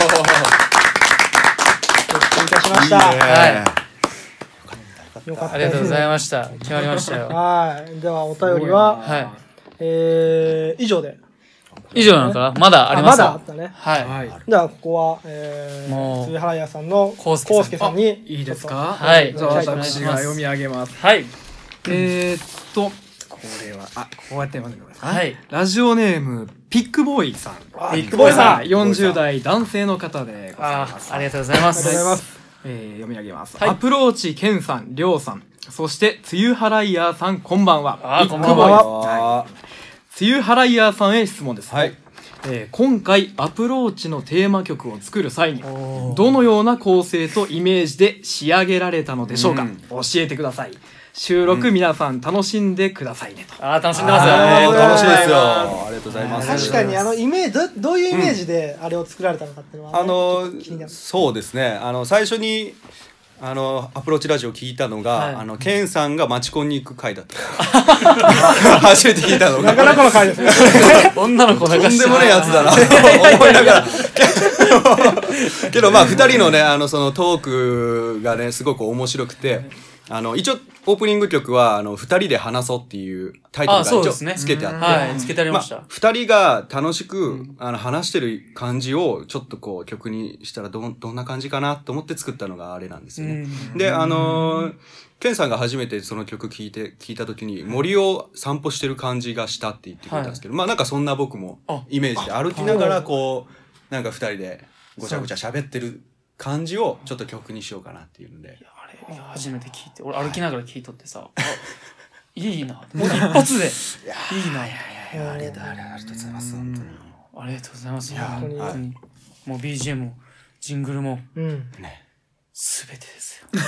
[SPEAKER 1] いたしました。
[SPEAKER 2] はい。
[SPEAKER 1] よかった。
[SPEAKER 2] ありがとうございました。決まりましたよ。
[SPEAKER 1] はい。では、お便りは、以上で。
[SPEAKER 2] 以上なのかな？まだありますか？
[SPEAKER 1] まだあったね。
[SPEAKER 2] はい。
[SPEAKER 1] では、ここは、辻原屋さんのコウスケさんに。
[SPEAKER 4] いいですか？
[SPEAKER 2] はい。
[SPEAKER 4] じゃあ、私が読み上げます。
[SPEAKER 2] はい。
[SPEAKER 4] これは、こうやって読んでください。
[SPEAKER 2] はい。
[SPEAKER 4] ラジオネーム、ピックボーイさん。
[SPEAKER 2] ピックボーイさん。
[SPEAKER 4] 40代男性の方でございます。
[SPEAKER 2] ありがとうございます。
[SPEAKER 1] ありがとうございます。
[SPEAKER 4] 読み上げます。アプローチ、ケンさん、りょうさん、そして、梅雨払いヤーさん、こんばんは。
[SPEAKER 2] こんばんは。
[SPEAKER 4] 梅雨払いヤーさんへ質問です。
[SPEAKER 3] はい。
[SPEAKER 4] 今回アプローチのテーマ曲を作る際にどのような構成とイメージで仕上げられたのでしょうか、教えてください。収録皆さん楽しんでくださいねと。
[SPEAKER 2] 楽しんでますよ。
[SPEAKER 3] 楽しいですよ。ありがとうございます。
[SPEAKER 1] 確かにイメージどういうイメージであれを作られたのかっていうのは、
[SPEAKER 3] そうですね。最初にアプローチラジオ聞いたのが、ケンさんがマチコンに行く回だった。初めて聞いたのが。
[SPEAKER 1] なかなかの回ですね。
[SPEAKER 2] 女の子
[SPEAKER 3] とんでもないやつだな思いながら。けどまあ2人のねそのトークがねすごく面白くて、一応オープニング曲は2人で話そうっていうタイトルが一応つけてあって、
[SPEAKER 2] はい、つけてありました。
[SPEAKER 3] 2人が楽しく話してる感じをちょっとこう曲にしたらどんな感じかなと思って作ったのがあれなんですよね。でケンさんが初めてその曲聞いた時に森を散歩してる感じがしたって言ってくれたんですけど、まあなんかそんな僕もイメージで歩きながらこうなんか2人でごちゃごちゃ喋ってる感じをちょっと曲にしようかなっていうので。
[SPEAKER 2] 初めて聞いて、俺歩きながら聞いとってさ、いいな、もう一発でいいな。
[SPEAKER 3] ありがとうございます。本当に
[SPEAKER 2] ありがとうございます。本当にもう BGM もジングルもすべてですよ。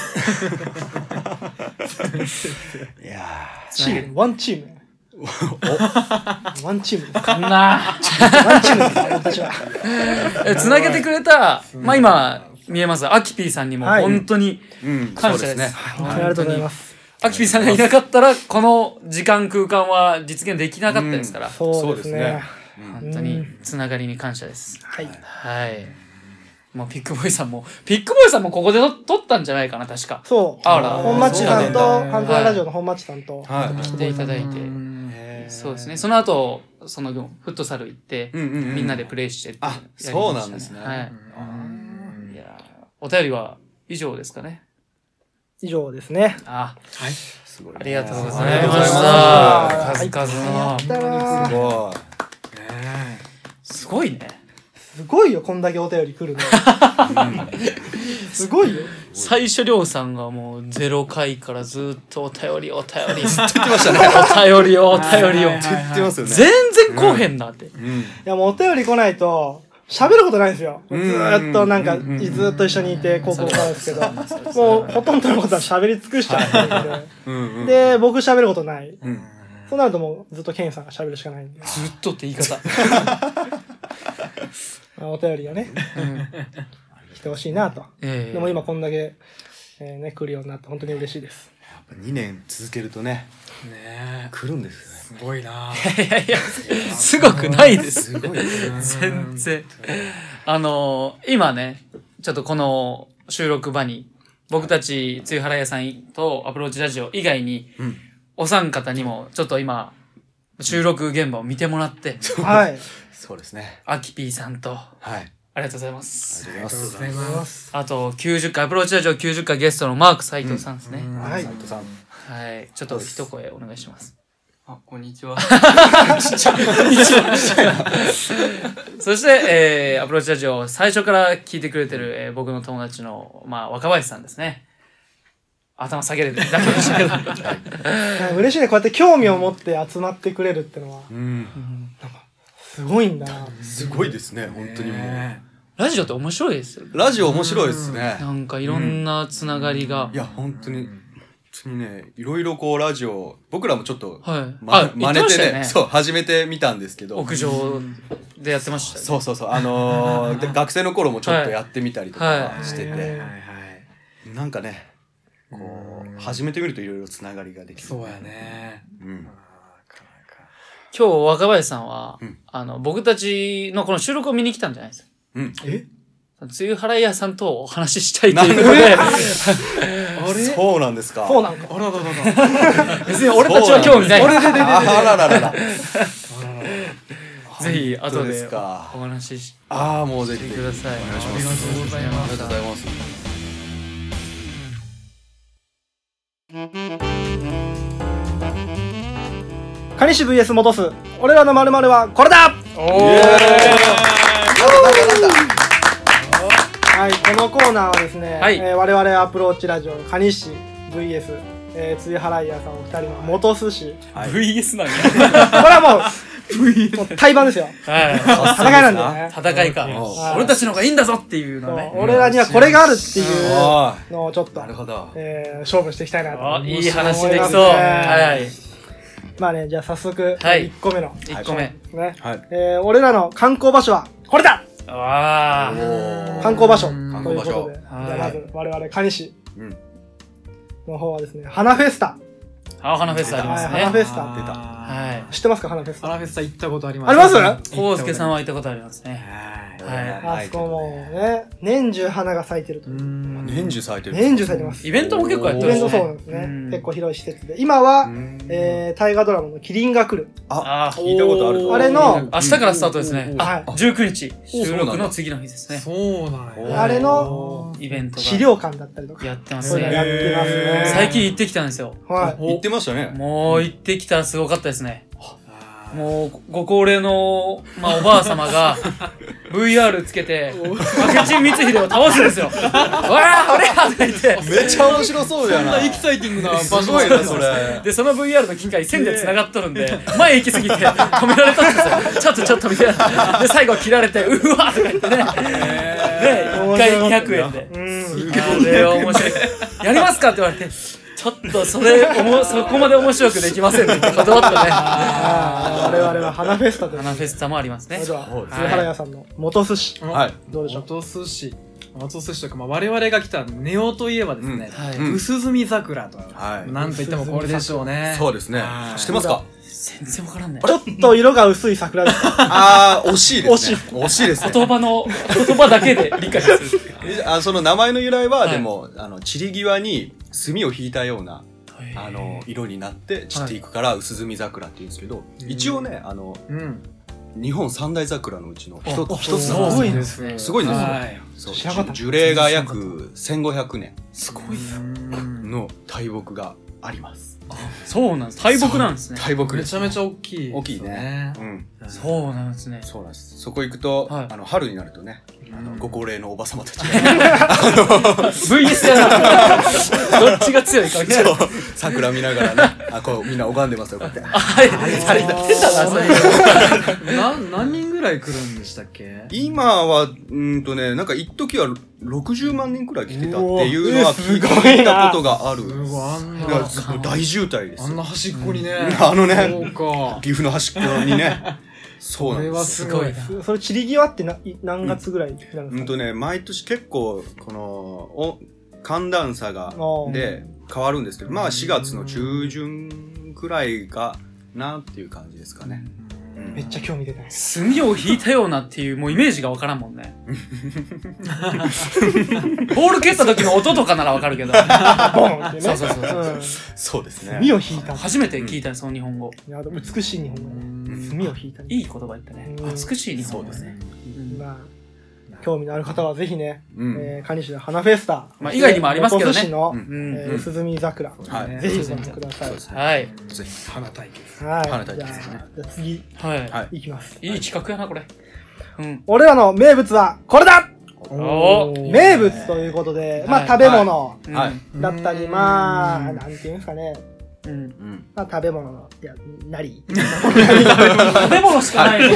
[SPEAKER 3] いや
[SPEAKER 1] ワンチーム。ワンチーム
[SPEAKER 2] かな。
[SPEAKER 1] ワンチームです私は。
[SPEAKER 2] つなげてくれた、まあ今見えますアキピーさんにも本当に感謝です。
[SPEAKER 1] ありがとうございます。
[SPEAKER 2] アキピーさんがいなかったらこの時間空間は実現できなかったですから。
[SPEAKER 1] そうですね。
[SPEAKER 2] 本当につながりに感謝です。
[SPEAKER 1] はい。
[SPEAKER 2] はい。もうピックボーイさんもここで撮ったんじゃないかな確か。
[SPEAKER 1] そう。本町さんとハンコララジオの本町さんと
[SPEAKER 2] 来ていただいて。そうですね。その後そのフットサル行ってみんなでプレイしてってやりましたね。
[SPEAKER 3] そうなんですね。
[SPEAKER 2] はい。いやお便りは以上ですかね。
[SPEAKER 1] 以上ですね。
[SPEAKER 2] はい。
[SPEAKER 3] すごい。
[SPEAKER 2] ありがとうございました。数々の。すごいね。
[SPEAKER 1] すごいよ、こんだけお便り来るの。すごいよ。
[SPEAKER 2] 最初りょうさんがもう0回からずっとお便りずっと
[SPEAKER 3] 言ってましたね。
[SPEAKER 2] お便りを
[SPEAKER 3] 言ってますよね。
[SPEAKER 2] 全然来へんなって。い
[SPEAKER 1] やもうお便り来ないと喋ることないんですよ。ずーっとなんかずっと一緒にいてこうなんですけど、もうほとんどのことは喋り尽くしちゃってるんで、で僕喋ることない。そうなるともうずっとケンさんが喋るしかないんで。
[SPEAKER 2] ずっとって言い方。
[SPEAKER 1] お便りがね、来てほしいなと。でも今こんだけ来るようになって本当に嬉しいです。
[SPEAKER 3] ぱ2年続けるとね来るんですよね。
[SPEAKER 4] すごいな。
[SPEAKER 2] いやすごくないです。
[SPEAKER 3] すごい
[SPEAKER 2] 全然。今ね、ちょっとこの収録場に、僕たち、露原屋さんとアプローチラジオ以外に、お三方にも、ちょっと今、収録現場を見てもらって、
[SPEAKER 1] はい。
[SPEAKER 3] そうですね。
[SPEAKER 2] アキピーさんと、
[SPEAKER 3] はい。
[SPEAKER 2] ありがとうございます。
[SPEAKER 3] ありがとうございます。
[SPEAKER 2] あと、90回、アプローチラジオ90回ゲストのマーク斉藤さんですね。
[SPEAKER 1] はい。
[SPEAKER 3] 斉藤さん。
[SPEAKER 2] はい。ちょっと一声お願いします。
[SPEAKER 5] こんにちは。
[SPEAKER 2] そして、アプローチラジオ最初から聞いてくれてる、僕の友達の、若林さんですね。頭下げるだけでしたけど。
[SPEAKER 1] 嬉しいね。こうやって興味を持って集まってくれるってのは。なんか、すごいんだな。
[SPEAKER 3] すごいですね、本当にもう。
[SPEAKER 2] ラジオって面白いですよね。
[SPEAKER 3] ラジオ面白いですね。
[SPEAKER 2] なんかいろんなつながりが。
[SPEAKER 3] いや、本当にね、いろいろこうラジオ、僕らもちょっと、真似てね、そう、始めてみたんですけど。
[SPEAKER 2] 屋上でやってましたね。
[SPEAKER 3] そう。学生の頃もちょっとやってみたりとかしてて。なんかね、こう、始めてみるといろいろつながりができる。
[SPEAKER 4] そうやね。
[SPEAKER 2] 今日若林さんは、僕たちのこの収録を見に来たんじゃないですか。露原屋さんとお話ししたいということで。
[SPEAKER 3] あれそうなんですか。
[SPEAKER 1] そうなんか。
[SPEAKER 4] あら。
[SPEAKER 2] 別に俺たちは興味ない。
[SPEAKER 3] あらら。
[SPEAKER 2] ぜひ、後でお話しして
[SPEAKER 3] もうぜひ
[SPEAKER 2] ください。
[SPEAKER 3] お願いします。
[SPEAKER 4] ありがとうございます。
[SPEAKER 3] ありがとうございます。
[SPEAKER 1] 蟹市 VS 戻す。俺らの〇〇はこれだ。はい、このコーナーはですね、我々アプローチラジオ蟹市 VS、露原屋さんお二人の元寿司、
[SPEAKER 2] VS なんや。
[SPEAKER 1] これはもう対バンですよ。戦いなんだよね。
[SPEAKER 2] 戦いか。俺たちの方がいいんだぞっていうのね。
[SPEAKER 1] 俺らにはこれがあるっていうのをちょっと勝負していきたいなと。
[SPEAKER 2] いい話できそう。はい。
[SPEAKER 1] まあね、じゃあ早速1個目の。
[SPEAKER 2] 1個目。
[SPEAKER 1] ね。俺らの観光場所はこれだ。観光場所ということで、じゃあまず我々蟹市の方はですね、花フェスタ。
[SPEAKER 2] 花フェスタありますね。
[SPEAKER 1] 花フェスタ
[SPEAKER 3] 出た。
[SPEAKER 1] 知ってますか、花フェスタ。
[SPEAKER 4] 花フェスタ行ったことあります。
[SPEAKER 1] あります？
[SPEAKER 2] コウスケさんは行ったことありますね。
[SPEAKER 1] あそこもね、年中花が咲いてると。
[SPEAKER 3] 年中咲いてる。
[SPEAKER 1] 年中咲いてます。
[SPEAKER 2] イベントも結構やって
[SPEAKER 1] る。イベントそうなんですね。結構広い施設で。今は、大河ドラマのキリンが来る。
[SPEAKER 3] 聞いたことある。
[SPEAKER 1] あれの、
[SPEAKER 2] 明日からスタートですね。19日。収録の次の日ですね。
[SPEAKER 4] そうなんや。
[SPEAKER 1] あれの、
[SPEAKER 2] イベントが。
[SPEAKER 1] 資料館だったりとか。
[SPEAKER 2] やってますね。
[SPEAKER 1] やってますね。
[SPEAKER 2] 最近行ってきたんですよ。
[SPEAKER 3] 行ってましたね。
[SPEAKER 2] もう行ってきたらすごかったですね。もう、ご高齢の、おばあ様が、VR つけて、明智光秀を倒すんですよ。わー、俺やとか言って。
[SPEAKER 3] めっちゃ面白そうやな。
[SPEAKER 4] そんなエキサイティングな場所。
[SPEAKER 3] すごいな、それ。
[SPEAKER 2] で、その VR の機械線で繋がっとるんで、前行き過ぎて止められたんですよ。ちょっとみたいな。で、最後切られて、うわーとか言ってね。で、1回200円で。これ面白い。やりますかって言われて。ちょっとそこまで面白くできませんねって断ったね。
[SPEAKER 1] 我々は花フェスタです。
[SPEAKER 2] 花フェスタもありますね。
[SPEAKER 1] それでは、露原屋さんの元寿司。どうでしょう。
[SPEAKER 4] 元寿司というか、我々が来たネオといえばですね、薄墨桜と。なんと言ってもこれでしょうね。
[SPEAKER 3] そうですね。知ってますか？
[SPEAKER 2] 全然わからんね。
[SPEAKER 1] ちょっと色が薄い桜です。
[SPEAKER 3] 惜しいですね。惜しいですね。
[SPEAKER 2] 言葉だけで理解する。
[SPEAKER 3] その名前の由来は、でも、散り際に墨を引いたような、色になって散っていくから、薄墨桜って言うんですけど、一応ね、日本三大桜のうちの一つなんです。
[SPEAKER 1] すごいです
[SPEAKER 3] ね。すごいですよ。樹齢が約1500年。
[SPEAKER 2] すごい
[SPEAKER 3] の大木があります。
[SPEAKER 2] そうなんです。大木なんですね。
[SPEAKER 3] 大木
[SPEAKER 4] めちゃめちゃ大きい。
[SPEAKER 3] 大きいね。
[SPEAKER 2] そうなんですね。
[SPEAKER 3] そうなんです。そこ行くと、春になるとね、ご高齢のおば様たちが
[SPEAKER 2] VS やな。どっちが強いかみたいな。
[SPEAKER 3] 桜見ながらね、こうみんな拝んでますよ、こうやって。
[SPEAKER 2] あれ出たな、それ。
[SPEAKER 4] 何人ぐらい来るんでしたっけ？
[SPEAKER 3] 今は、なんか一時は60万人くらい来てたっていうのは聞いたことがある。大渋滞です。
[SPEAKER 4] あんな端っこにね。
[SPEAKER 3] 岐阜の端っこにね。そうなんです。
[SPEAKER 4] それはすごい。
[SPEAKER 1] それ散り際って何月ぐらいなんですか？
[SPEAKER 3] 毎年結構、この、寒暖差が、で、 変わるんですけど、まあ4月の中旬くらいかなっていう感じですかね。
[SPEAKER 1] めっちゃ興味出た。
[SPEAKER 2] 墨を引いたようなっていうもうイメージがわからんもんね。ボール蹴った時の音とかならわかるけど。ボ
[SPEAKER 1] ンってね。
[SPEAKER 2] そうそうそう。
[SPEAKER 3] そうですね。
[SPEAKER 1] 墨を引いた。
[SPEAKER 2] 初めて聞いたその日本語。
[SPEAKER 1] いや美しい日本語ね。墨を引いた。
[SPEAKER 2] いい言葉言ったね。美しい日本語ですね。
[SPEAKER 1] まあ興味のある方はぜひね、蟹市の花フェスタ、
[SPEAKER 2] まあ以外にもありますけどね。
[SPEAKER 1] 元市の薄墨桜、ぜひご覧ください。
[SPEAKER 2] はい。
[SPEAKER 3] ぜひ花対決。
[SPEAKER 1] はい。
[SPEAKER 3] 花対決ですね。
[SPEAKER 1] じゃあ次、
[SPEAKER 2] はい。
[SPEAKER 1] いきます。
[SPEAKER 2] いい企画やなこれ。
[SPEAKER 1] 俺らの名物はこれだ。名物ということで、まあ食べ物だったり、まあなんていうんですかね。まあ食べ物のなり
[SPEAKER 2] 食べ物しかない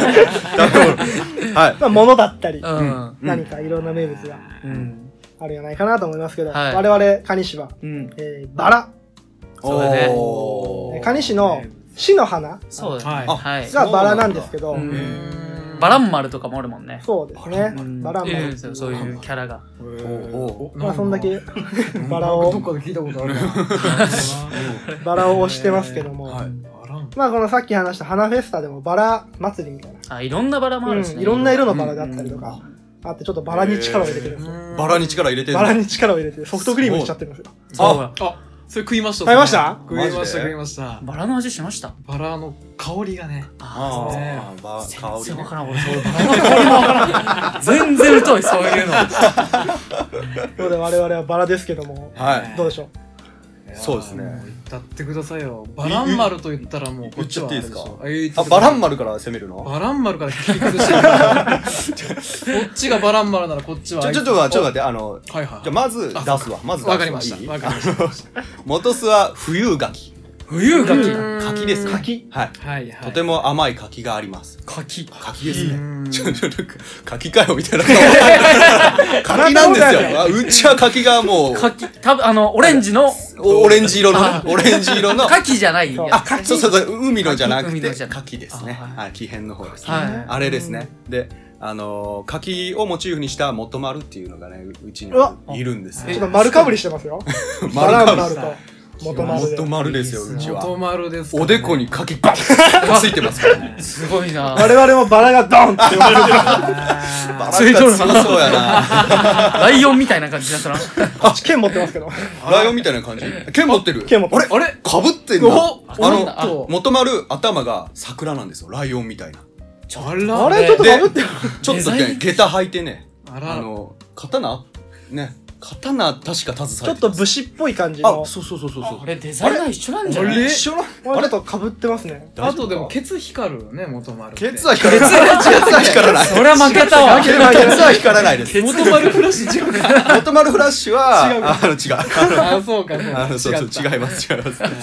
[SPEAKER 3] はい。
[SPEAKER 1] まあ物だったり何かいろんな名物があるんじゃないかなと思いますけど、我々蟹市はバラ、
[SPEAKER 2] そうだね。
[SPEAKER 1] 蟹市の市の花がバラなんですけど、
[SPEAKER 2] バラン丸とかもあるもんね。
[SPEAKER 1] そうですね。バラン丸。
[SPEAKER 2] そういうキャラが。
[SPEAKER 1] まあそんだけバラを
[SPEAKER 4] どっかで聞いたことあるな。
[SPEAKER 1] バラを推してますけども、まあこのさっき話した花フェスタでもバラ祭りみたいな。
[SPEAKER 2] いろんなバラもあるしね。
[SPEAKER 1] いろんな色のバラだったりとかあってちょっとバラに力を入れてるんですよ。
[SPEAKER 3] バラに力入れてる。
[SPEAKER 1] バラに力を入れてソフトクリームにしちゃってるんですよ。
[SPEAKER 4] あ、それ食いました。
[SPEAKER 1] 食いました？
[SPEAKER 4] 食いました食いました。
[SPEAKER 2] バラの味しました？
[SPEAKER 4] バラの香りがね。
[SPEAKER 2] 全然わからん俺そう。バラの香りもわからん。全然疎いそういうの。
[SPEAKER 1] そうで我々はバラですけども、どうでしょう？
[SPEAKER 3] そうですね。
[SPEAKER 4] 歌ってくださいよ。バラン丸と言ったらもうこっちはあれでしょ。
[SPEAKER 3] あ、バラン丸から攻めるの？
[SPEAKER 4] バラン丸から切り崩してる。こっちがバラン丸ならこっちは。
[SPEAKER 3] ちょっと待って、じゃあまず出すわ。まず
[SPEAKER 4] わかりました。わかりました。
[SPEAKER 3] 元巣は冬柿。
[SPEAKER 2] 冬柿
[SPEAKER 3] 柿です。
[SPEAKER 1] 柿。
[SPEAKER 3] はい。とても甘い柿があります。
[SPEAKER 2] 柿
[SPEAKER 3] ですね。柿かよみたいな。柿なんですよ。うちは柿がもう。
[SPEAKER 2] 柿、オレンジの。
[SPEAKER 3] オレンジ色の。
[SPEAKER 2] 柿じゃない。
[SPEAKER 3] そう、海のじゃなくて、柿ですね。はい、木偏の方ですね。あれですね。で、柿をモチーフにした元丸っていうのがね、うちにいるんですよ。
[SPEAKER 1] ちょっと丸かぶりしてますよ。バラン丸と。元
[SPEAKER 3] 丸ですよ、うちは。
[SPEAKER 4] 元丸です。
[SPEAKER 3] おでこに柿バンついてますからね。
[SPEAKER 2] すごいな。
[SPEAKER 1] 我々もバラがドンって言われてる。
[SPEAKER 3] バラが強そうやな。
[SPEAKER 2] ライオンみたいな感じだったな。
[SPEAKER 1] 剣持ってますけど。
[SPEAKER 3] ライオンみたいな感じ。剣持ってる。あれかぶってんの？元丸頭が桜なんですよ。ライオンみたいな。
[SPEAKER 1] あれちょっとかぶってる。
[SPEAKER 3] ちょっとね、下駄履いてね、刀確か携えてます。
[SPEAKER 1] ちょっと武士っぽい感じの。
[SPEAKER 3] そう。
[SPEAKER 2] あれデザインが一緒なんじゃない？
[SPEAKER 1] 一緒な。あれと被ってますね。
[SPEAKER 4] あとでもケツ光るね、元丸。
[SPEAKER 3] ケツは光らない。
[SPEAKER 2] それは負けたわ。
[SPEAKER 3] ケツは光らないです。
[SPEAKER 4] 元丸フラッシュ違う。
[SPEAKER 3] 元丸フラッシュは違う。
[SPEAKER 4] あ、そうか。
[SPEAKER 3] そう違います。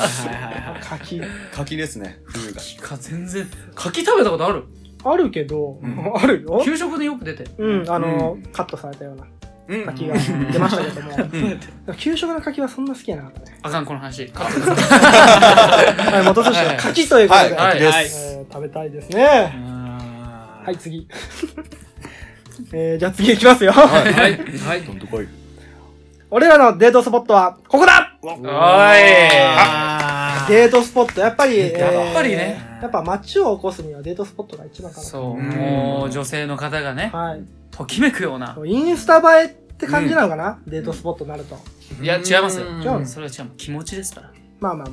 [SPEAKER 3] 柿ですね。冬
[SPEAKER 2] が。全然。柿食べたことある？
[SPEAKER 1] あるけど、あるよ。
[SPEAKER 2] 給食でよく出て。
[SPEAKER 1] カットされたような。柿が出ましたけども、給食の柿はそんな好きやなかったね。
[SPEAKER 2] あかんこの話。
[SPEAKER 1] はい、元寿司は柿ということで、食べたいですね。はい、次。じゃあ次行きますよ。
[SPEAKER 3] はい。どんどこい。
[SPEAKER 1] 俺らのデートスポットはここだ。
[SPEAKER 2] おい。
[SPEAKER 1] デートスポットやっぱり
[SPEAKER 2] ね。
[SPEAKER 1] やっぱ街を起こすにはデートスポットが一番かな。
[SPEAKER 2] そう。もう女性の方がね。はい。ときめくような。
[SPEAKER 1] インスタ映えって感じなのかな、デートスポットになると。
[SPEAKER 2] いや、違いますよ。それは違う。気持ちですから。
[SPEAKER 1] まあ。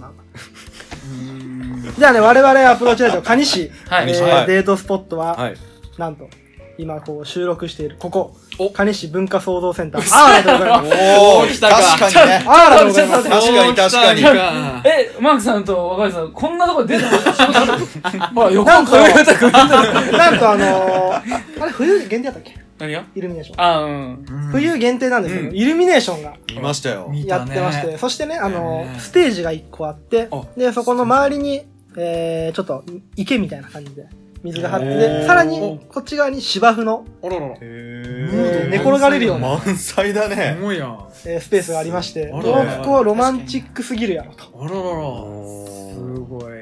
[SPEAKER 1] じゃあね、我々アプローチラジオ蟹市、デートスポットは、なんと、今こう収録しているここ、蟹市文化創造センター。あー、ありがとうございます。
[SPEAKER 3] おー、来たか。確かにね。
[SPEAKER 1] あー、ありがとうございます。
[SPEAKER 3] 確かに。
[SPEAKER 2] マークさんと若林さん、こんなとこで出たほら、横をくぐれた。
[SPEAKER 1] なんとあれ冬限定だったっけ？
[SPEAKER 2] 何が？
[SPEAKER 1] イルミネーション。冬限定なんですけど、イルミネーションが。
[SPEAKER 3] 見ましたよ。
[SPEAKER 1] やってまして。そしてね、ステージが1個あって、で、そこの周りに、ちょっと池みたいな感じで。水が張って、さらに、こっち側に芝生の、寝転がれるような。
[SPEAKER 3] 満載だね。
[SPEAKER 1] スペースがありまして、ここはロマンチックすぎるやろと。
[SPEAKER 4] すごい。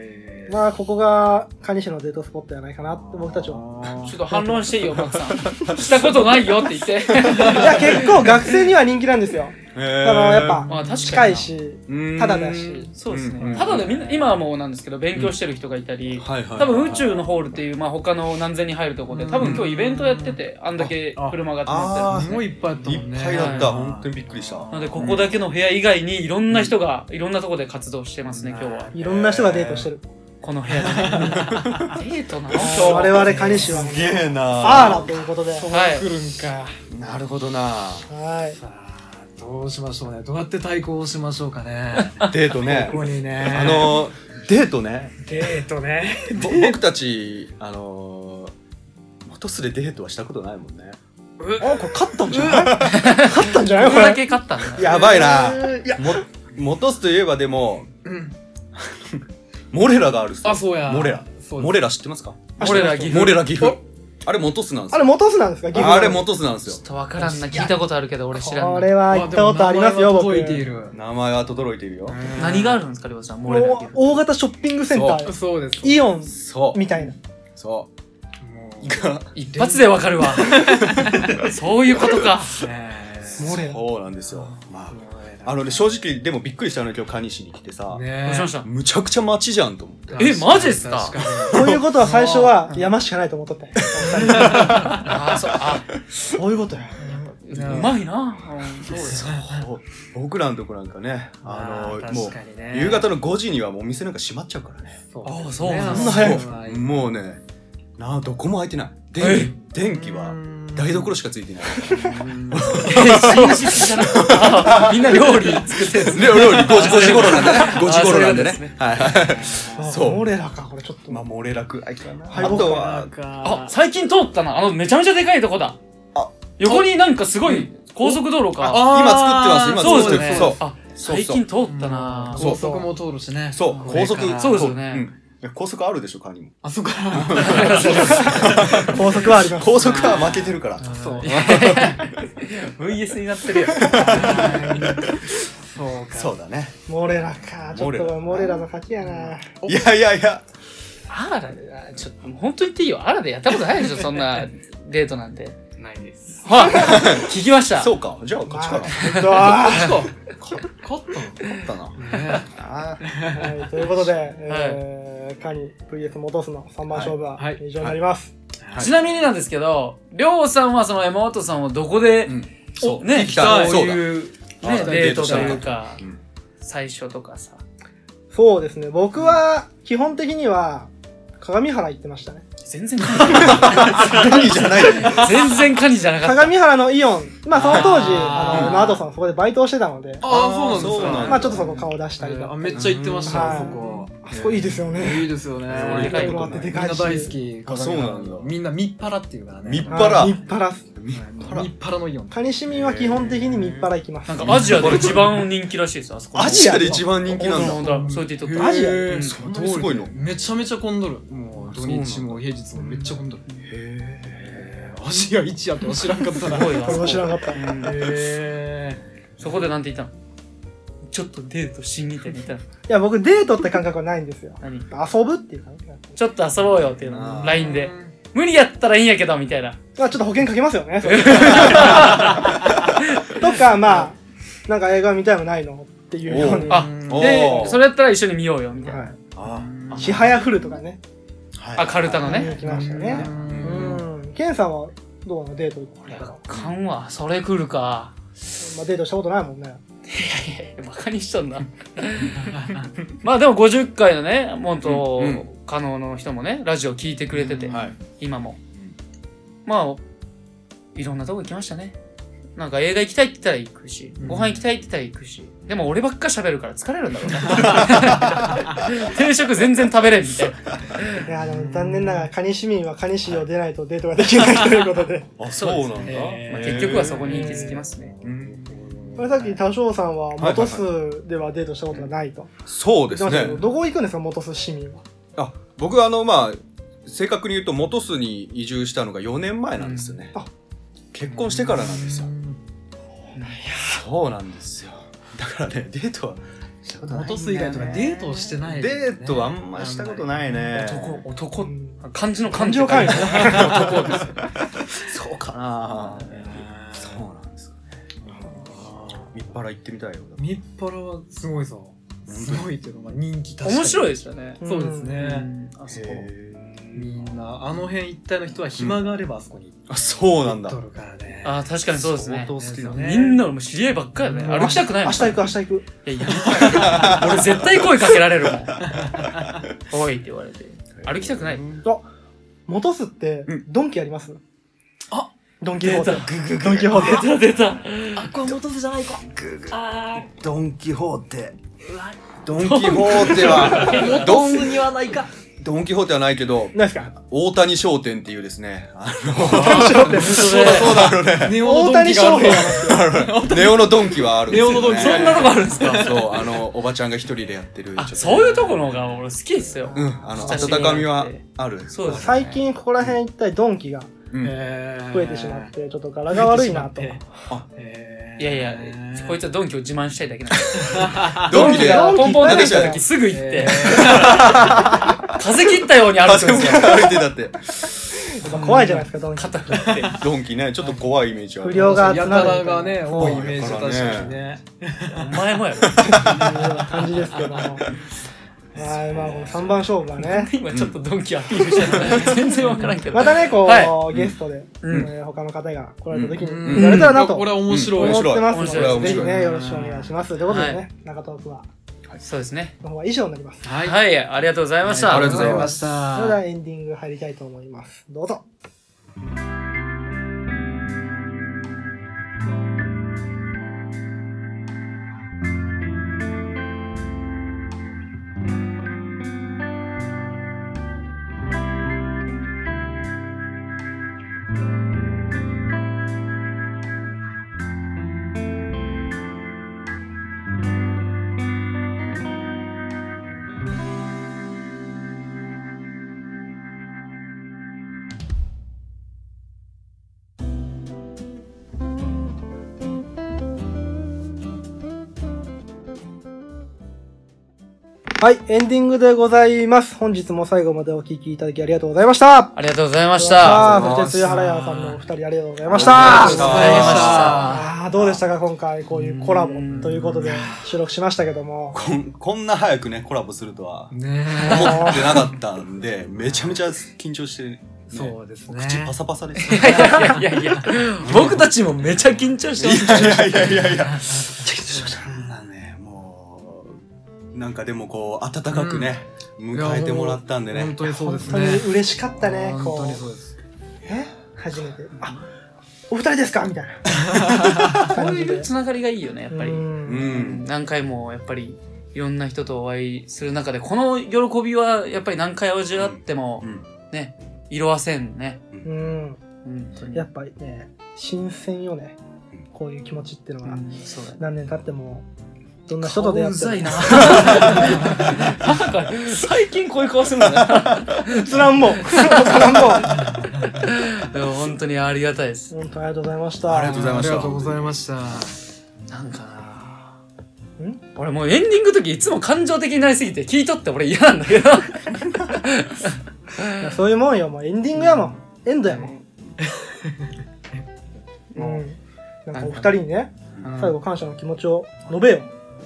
[SPEAKER 1] まあここが蟹市のデートスポットじゃないかなって僕たちは。
[SPEAKER 2] ちょっと反論していいよ、マックさん。したことないよって言って。
[SPEAKER 1] いや結構学生には人気なんですよ。やっぱ近いし、ただだし。
[SPEAKER 2] そうですね。ただでみんな、今はもうなんですけど、勉強してる人がいたり、多分宇宙のホールっていう、まあ他の何千人入るところで、多分今日イベントやってて、あんだけ車が集まってるんですね。
[SPEAKER 4] すごいいっぱいあったもんね。
[SPEAKER 3] いっぱいだった。本当にびっくりした。
[SPEAKER 2] なので、ここだけの部屋以外にいろんな人が、いろんなところで活動してますね、今日は。
[SPEAKER 1] いろんな人がデートしてる。
[SPEAKER 2] この部屋で。デートなの？
[SPEAKER 1] 我々蟹市は。
[SPEAKER 3] すげえな。
[SPEAKER 1] アーラということで。
[SPEAKER 4] そう来るんか。
[SPEAKER 3] なるほどな。
[SPEAKER 1] はい。
[SPEAKER 4] どうしましょうね。どうやって対抗しましょうかね。
[SPEAKER 3] デートね。
[SPEAKER 4] ここにね。
[SPEAKER 3] デートね。
[SPEAKER 4] デートね。
[SPEAKER 3] 僕たち、元巣でデートはしたことないもんね。
[SPEAKER 1] これ勝ったんじゃない勝ったんじゃない
[SPEAKER 2] これだけ勝ったんだ。
[SPEAKER 3] やばいな。元巣といえばでも、モレラがあるっすよ。
[SPEAKER 4] あ、そうや。
[SPEAKER 3] モレラ。モレラ知ってますか？
[SPEAKER 2] モレラ岐阜。
[SPEAKER 3] モレラ岐阜。あれ元巣なんですよ。
[SPEAKER 1] あれ元巣なんですか？岐阜。
[SPEAKER 3] あれ元巣なんですよ。
[SPEAKER 2] ちょっとわからんな。聞いたことあるけど俺知らん。
[SPEAKER 1] これは行ったことありますよ、僕。
[SPEAKER 3] 名前は轟いているよ。
[SPEAKER 2] 何があるんですか、りょうさん。モレラ岐阜。
[SPEAKER 1] 大型ショッピングセンター。
[SPEAKER 4] そうです。
[SPEAKER 1] イオンみたいな。
[SPEAKER 3] そう。
[SPEAKER 2] 一発でわかるわ。そういうことか。
[SPEAKER 3] モレラ。そうなんですよ。まあ正直でもびっくりしたの今日蟹市に来てさ、
[SPEAKER 2] どうしました？
[SPEAKER 3] むちゃくちゃ街じゃんと思って。
[SPEAKER 2] マジっすか？
[SPEAKER 1] ということは最初は山しかないと思っとったよ。そういうことや。
[SPEAKER 2] うまいな。
[SPEAKER 3] 僕らのとこなんかね、もう夕方の5時にはもうお店なんか閉まっちゃうからね。
[SPEAKER 2] ああ、そうなん
[SPEAKER 3] だ。もうね、どこも開いてない。電気は台所しかついてない。
[SPEAKER 2] みんな料理作ってるんですね。
[SPEAKER 3] 料理5時頃なんでね。5時頃なんでね。
[SPEAKER 1] そう。モレラか、これちょっと。
[SPEAKER 3] まあ、モレラくらいかな。
[SPEAKER 1] あと
[SPEAKER 2] は、最近通ったな。めちゃめちゃでかいとこだ。横になんかすごい高速道路か。
[SPEAKER 3] 今作ってます。
[SPEAKER 2] そう。最近通ったな。
[SPEAKER 4] 高速も通るしね。
[SPEAKER 3] そう、高速。
[SPEAKER 2] そうですよね。
[SPEAKER 3] 高速あるでしょ、カニも。
[SPEAKER 4] あ、そっか。
[SPEAKER 1] 高速はあります。
[SPEAKER 3] 高速は負けてるから。
[SPEAKER 2] そう。VS になってるよ。
[SPEAKER 3] そうだね。
[SPEAKER 1] モレラか。ちょっとモレラの勝ちやな。
[SPEAKER 3] いや。
[SPEAKER 2] アーラで、ちょっと本当に言っていいよ。アーラでやったことないでしょ、そんなデートなんて。
[SPEAKER 5] ないです。
[SPEAKER 2] はい。聞きました。
[SPEAKER 3] そうか。じゃあ、こっちかな。
[SPEAKER 4] 勝ったな。
[SPEAKER 1] はい、ということで、カニ VS 元巣の3番勝負は以上になります。
[SPEAKER 2] ちなみになんですけど、りょうさんはその山本さんをどこで、ね、こういう、ね、デートというか、最初とかさ。
[SPEAKER 1] そうですね。僕は、基本的には、鏡原行ってましたね。
[SPEAKER 2] 全然カニ
[SPEAKER 3] じゃない。
[SPEAKER 2] 全然カニじゃなかった。
[SPEAKER 1] 鏡原のイオン。まあその当時、アドさんそこでバイトをしてたので。
[SPEAKER 4] ああ、そうなんですか。
[SPEAKER 1] まあちょっとそこ顔出したりとか。
[SPEAKER 4] めっちゃ行ってました、そこ。
[SPEAKER 1] あそこいいですよね。
[SPEAKER 4] いいですよね。
[SPEAKER 1] でかいのあってでかいし。
[SPEAKER 4] みんな大好き。
[SPEAKER 3] あ、そうなんだ。
[SPEAKER 4] みんなみっぱらっていうからね。
[SPEAKER 3] みっぱら。
[SPEAKER 1] みっぱら。
[SPEAKER 4] みっぱらのイオン。
[SPEAKER 1] カニ市民は基本的にみっぱら行きます。
[SPEAKER 2] なんかアジアで一番人気らしいです、あそこ。
[SPEAKER 3] アジアで一番人気なんだ。
[SPEAKER 2] そう言って言っとった。
[SPEAKER 1] アジア
[SPEAKER 3] そんなにすごいの？
[SPEAKER 4] めちゃめちちゃ混んどる。もう土日も平日もめっちゃ混んどる。アジア1やって知らんかったな。
[SPEAKER 1] これも知らなかった。
[SPEAKER 2] そこでなんて言ったの？ちょっとデートしに行ってみたいな。
[SPEAKER 1] いや、僕デートって感覚はないんですよ。
[SPEAKER 2] 何？
[SPEAKER 1] 遊ぶっていう感じ。
[SPEAKER 2] ちょっと遊ぼうよっていうの。LINE で。無理やったらいいんやけど、みたいな。
[SPEAKER 1] まあちょっと保険かけますよね。とか、まあ、なんか映画見たいのないのっていうように。
[SPEAKER 2] あ、で、それやったら一緒に見ようよ、みたいな。
[SPEAKER 1] ちはやふるとかね。
[SPEAKER 2] カルタのね。
[SPEAKER 1] 行きましたね。ケンさんはどうなのデート行ったの？
[SPEAKER 2] かんわ、それ来るか。
[SPEAKER 1] まあデートしたことないもんね。
[SPEAKER 2] いや、バカにしとんな。まあでも50回のね、元可能の人もね、ラジオ聞いてくれてて、今も。まあ、いろんなとこ行きましたね。なんか映画行きたいって言ったら行くし、ご飯行きたいって言ったら行くし、でも俺ばっか喋るから疲れるんだろうね。定食全然食べれんみたいな。
[SPEAKER 1] いや、でも残念ながら、カニ市民はカニ市を出ないとデートができないということで。
[SPEAKER 3] あ、そうなんだ。
[SPEAKER 2] 結局はそこに行き着きますね。
[SPEAKER 1] これさっき多少さんは元巣ではデートしたことがないと。
[SPEAKER 3] そうですね。
[SPEAKER 1] どこ行くんですか、元巣市民は。
[SPEAKER 3] あ、僕はまあ、正確に言うと元巣に移住したのが4年前なんですよね。結婚してからなんですよ。そうなんですよ。だからね、デートはし
[SPEAKER 4] 元栖以外とかデートをしてない、
[SPEAKER 3] デートはあんましたことないね。
[SPEAKER 2] 男、漢字の漢
[SPEAKER 1] 字を書いて
[SPEAKER 2] 男ですよ。
[SPEAKER 3] そうかな。そうなんですかね。みっぱら行ってみたいよ。
[SPEAKER 4] みっぱらはすごいさ、すごいけど、人気確かに
[SPEAKER 2] 面白いですよね。
[SPEAKER 4] そうですね。あそこみんなあの辺一帯の人は暇があればあそこに
[SPEAKER 3] あ、そうなんだ。
[SPEAKER 4] 行っとるからね。
[SPEAKER 2] あ、確かにそうですね。
[SPEAKER 3] 相当好きだ
[SPEAKER 2] ね。みんなも知り合いばっかりだね。歩きたくないもん。
[SPEAKER 1] 明日行く。
[SPEAKER 2] いや、俺絶対声かけられるもん。おいって言われて。歩きたくない。
[SPEAKER 1] 元栖ってドンキあります？
[SPEAKER 2] あ、
[SPEAKER 1] ドンキホーテ。ドンキホーテ。
[SPEAKER 2] 出た。
[SPEAKER 4] あ、これ元栖じゃないか。
[SPEAKER 3] ドンキホーテ。ドンキホーテは
[SPEAKER 4] 元栖にはないか。
[SPEAKER 3] ドンキホーテはないけど、
[SPEAKER 1] 何ですか？
[SPEAKER 3] 大谷商店っていうですね。
[SPEAKER 1] 大谷商店。
[SPEAKER 3] そうだろうね。
[SPEAKER 4] ネオのドンキがある。
[SPEAKER 3] ネオのドンキはあるんですよね。
[SPEAKER 4] ネオのドンキ
[SPEAKER 2] そんなとこあるんですか？
[SPEAKER 3] そう、おばちゃんが一人でやってる。
[SPEAKER 2] そういうとこの方が俺好きですよ。
[SPEAKER 3] 温かみはある。
[SPEAKER 2] そうです。
[SPEAKER 1] 最近ここら辺一帯ドンキが増えてしまって、ちょっと柄が悪いなと。
[SPEAKER 2] いや、こいつはドンキを自慢したいだけなんで。
[SPEAKER 3] ドンキで
[SPEAKER 2] ポンポン出てきた時すぐ行って、風切ったように歩くんですよ。
[SPEAKER 3] 歩いてだって。
[SPEAKER 1] 怖いじゃないですか、ドンキ。
[SPEAKER 2] 肩振って。
[SPEAKER 3] ドンキね、ちょっと怖いイメージある。
[SPEAKER 1] 不良が
[SPEAKER 4] やからがね、多いイメージ確かにね。
[SPEAKER 2] お前もやろ。
[SPEAKER 1] 感じですけども。まあ、この3番勝負はね。
[SPEAKER 2] 今ちょっとドンキアピールしてる。全然わからんけど。
[SPEAKER 1] またね、ゲストで、他の方が来られた時にやれたらなと。
[SPEAKER 4] これは面白い。
[SPEAKER 1] 思ってますので、ぜひ
[SPEAKER 3] 面白い
[SPEAKER 1] ね、よろしくお願いします。ということでね、中東区は。
[SPEAKER 2] そうですね。
[SPEAKER 1] の方は以上になります。
[SPEAKER 2] はい、ありがとうございました。
[SPEAKER 3] ありがとうございまし
[SPEAKER 4] た。
[SPEAKER 1] それではエンディング入りたいと思います。どうぞ。はい、エンディングでございます。本日も最後までお聞きいただきありがとうございました。
[SPEAKER 2] ありがとうございました。
[SPEAKER 1] そして、原谷さんのお二人ありがとうございました。
[SPEAKER 2] ありがとうございました。
[SPEAKER 1] どうでしたか、今回こういうコラボということで収録しましたけども。
[SPEAKER 3] こんな早くね、コラボするとは思ってなかったんで、めちゃめちゃ緊張してる。
[SPEAKER 4] そうですね。
[SPEAKER 3] 口パサパサです。
[SPEAKER 2] いや、僕たちもめちゃ緊張してます。
[SPEAKER 3] いや。なんかでも温かくね、迎えてもらったんでね。
[SPEAKER 4] 本当にそうですね。
[SPEAKER 1] 本当に嬉しかったね。
[SPEAKER 4] 本当にそうです。
[SPEAKER 1] 初めて。お二人ですかみたいな。
[SPEAKER 2] こういうつながりがいいよね、やっぱり。何回もやっぱりいろんな人とお会いする中で、この喜びはやっぱり何回味わっても、ね、色あせんね。
[SPEAKER 1] やっぱりね、新鮮よね。こういう気持ちっていうのが、何年経っても、どんな人と出会っても。うざいな。
[SPEAKER 2] 最近こういう顔するんだね。
[SPEAKER 1] つらんもん。
[SPEAKER 2] でも本当にありがたいです。
[SPEAKER 1] 本当ありがとうございました。
[SPEAKER 3] ありがとうございました。
[SPEAKER 2] なんかな、俺もうエンディングの時いつも感情的になりすぎて聞いとって俺嫌なんだけど。
[SPEAKER 1] そういうもんよ、もうエンディングやもん。エンドやもん。なんかお二人にね、最後感謝の気持ちを述べよ。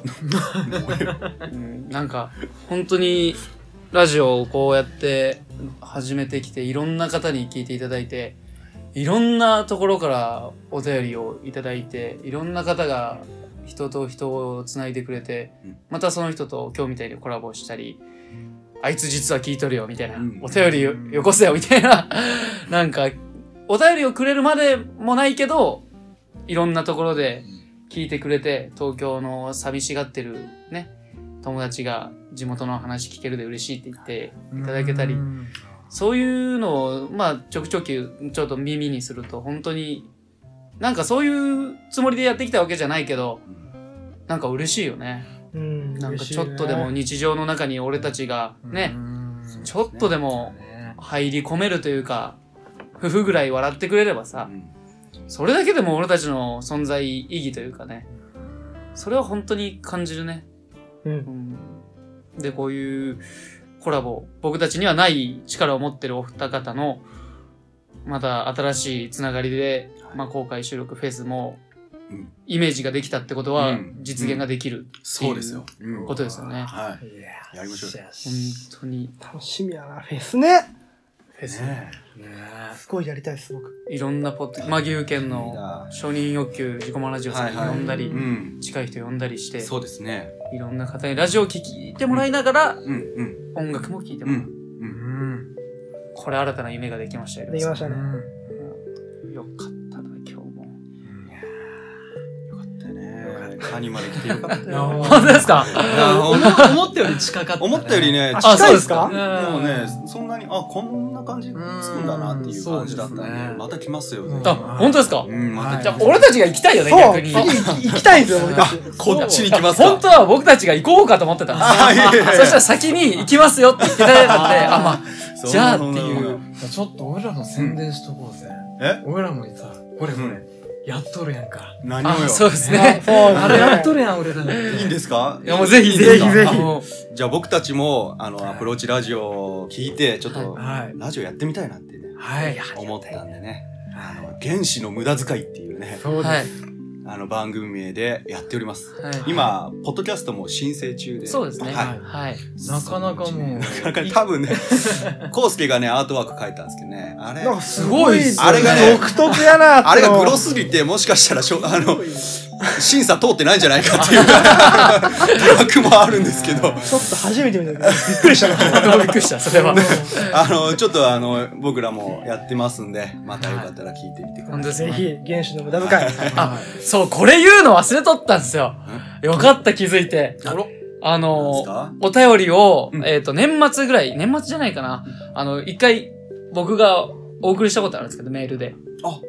[SPEAKER 2] なんか本当にラジオをこうやって始めてきて、いろんな方に聞いていただいて、いろんなところからお便りをいただいて、いろんな方が人と人をつないでくれて、またその人と今日みたいにコラボしたり、あいつ実は聞いとるよみたいな、お便りよこせよみたいな、なんかお便りをくれるまでもないけど、いろんなところで聞いてくれて、東京の寂しがってるね、友達が地元の話聞けるで嬉しいって言っていただけたり、そういうのをちょくちょっと耳にすると、本当になんかそういうつもりでやってきたわけじゃないけど、なんか嬉しいよね。なんかちょっとでも日常の中に俺たちがね、ちょっとでも入り込めるというか、夫婦ぐらい笑ってくれればさ、それだけでも俺たちの存在意義というかね、それは本当に感じるね。 で、こういうコラボ、僕たちにはない力を持ってるお二方の、また新しいつながりで、公開収録フェスも、イメージができたってことは、実現ができるっていうことですよね。
[SPEAKER 3] はい。やりましょう。
[SPEAKER 2] 本当に。
[SPEAKER 1] 楽しみやな、フェスね。
[SPEAKER 2] フェスね。
[SPEAKER 1] すごいやりたいです、僕。
[SPEAKER 2] いろんな岐阜県の承認欲求、自己満ラジオさん呼んだり、近い人呼んだりして、
[SPEAKER 3] そうですね。
[SPEAKER 2] いろんな方にラジオを聴いてもらいながら、音楽も聴いてもらう。これ新たな夢ができましたよ。
[SPEAKER 1] できましたね。
[SPEAKER 2] よかったな、今日も。
[SPEAKER 3] よかったね。カニまで来てよかったよ。
[SPEAKER 2] 本当ですか？
[SPEAKER 4] 思ったより近かった。
[SPEAKER 3] 思ったよりね、
[SPEAKER 1] 近いですか？
[SPEAKER 3] もうね、そんなに、こんな感じつくんだなっていう感じだったんで、また来ますよね。
[SPEAKER 2] 本当ですか？じゃあ、俺たちが行きたいよね、逆に。
[SPEAKER 1] 行きたいんですよ、俺たち。
[SPEAKER 3] こっちに来ますか？
[SPEAKER 2] 本当は僕たちが行こうかと思ってたんですよ。そしたら先に行きますよって言ってたので、じゃあっていう。
[SPEAKER 4] ちょっと俺らも宣伝しとこうぜ。俺らもさ、これ、やっとるやんか。
[SPEAKER 3] 何をよ。
[SPEAKER 2] そうですね。
[SPEAKER 4] あれやっとるやん、俺ら。
[SPEAKER 3] いいんですか？
[SPEAKER 2] いや、もうぜひ。
[SPEAKER 3] じゃあ僕たちも、アプローチラジオを聞いて、ちょっと、ラジオやってみたいなってね、思ったんでね。原始の無駄遣いっていうね。
[SPEAKER 4] そうです。
[SPEAKER 3] 番組名でやっております。今、ポッドキャストも申請中で。
[SPEAKER 2] そうですね。
[SPEAKER 4] はい。なかなかもう。
[SPEAKER 3] なかなか多分ね、コウスケがね、アートワーク書いたんですけどね。あれ。
[SPEAKER 1] すごい。
[SPEAKER 3] あれがね、
[SPEAKER 1] 独特やな。
[SPEAKER 3] あれがグロすぎて、もしかしたら、審査通ってないんじゃないかっていう疑惑もあるんですけど。ちょっと
[SPEAKER 1] 初めて見たけど、びっくりしたな。
[SPEAKER 2] びっくりした、それは。
[SPEAKER 3] ちょっと僕らもやってますんで、またよかったら聞いてみてください。
[SPEAKER 1] ぜひ、原始の無駄遣い。
[SPEAKER 2] そう、これ言うの忘れとったんですよ。よかった、気づいて。お便りを、年末ぐらい、年末じゃないかな。一回、僕がお送りしたことあるんですけど、メールで。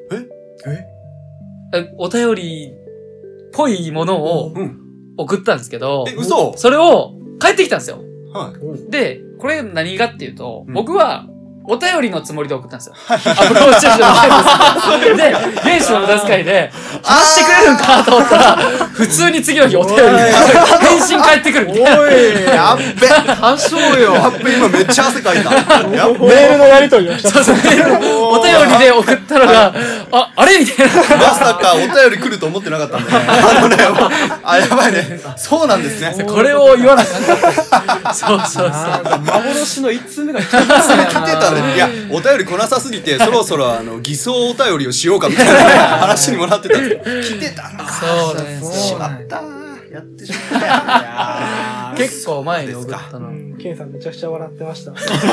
[SPEAKER 2] お便りっぽいものを送ったんですけど、
[SPEAKER 3] 嘘？
[SPEAKER 2] それを返ってきたんですよ。
[SPEAKER 3] はい。
[SPEAKER 2] で、これ何かっていうと、僕は、お便りのつもりで送ったんですよ。アプローチラジオのタイムで、原始の無駄遣いで、話してくれるんかなと思ったら、普通に次の日お便り、返信返ってくるみたいな。
[SPEAKER 3] おい、やっべ。
[SPEAKER 4] 多少よ。
[SPEAKER 3] やっべ、今めっちゃ汗かいた。
[SPEAKER 1] メールのやりとりをした。
[SPEAKER 2] そう、お便りで送ったのが、あれみたいな。
[SPEAKER 3] まさかお便り来ると思ってなかったんで。やばいね。そうなんですね。
[SPEAKER 2] これを言わなかった。そう。
[SPEAKER 4] 幻の1通目が来て
[SPEAKER 3] た。いや、お便り来なさすぎて、そろそろ偽装お便りをしようかみたいな話にもなってた。来てたな。
[SPEAKER 2] そうね。
[SPEAKER 3] しまった。やってしまった。
[SPEAKER 2] 結構前に送ったの。
[SPEAKER 1] ケンさんめちゃくちゃ笑ってました。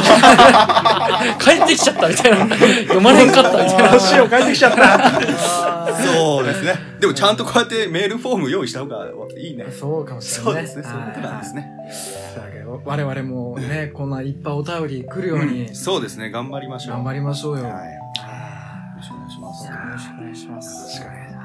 [SPEAKER 2] 帰ってきちゃったみたいな。読まれんかったみたいな。
[SPEAKER 1] 話を帰ってきちゃった。
[SPEAKER 3] そうですね。でもちゃんとこうやってメールフォーム用意した方がいいね。
[SPEAKER 4] そうかもしれない。
[SPEAKER 3] そうですね。そういうことなんですね。
[SPEAKER 4] だけど我々もね、こんないっぱいお便り来るように。
[SPEAKER 3] そうですね。頑張りましょう。
[SPEAKER 4] 頑張りましょうよ。
[SPEAKER 3] はい。よろしくお願いします。
[SPEAKER 2] よろしくお願いします。
[SPEAKER 4] 確かに。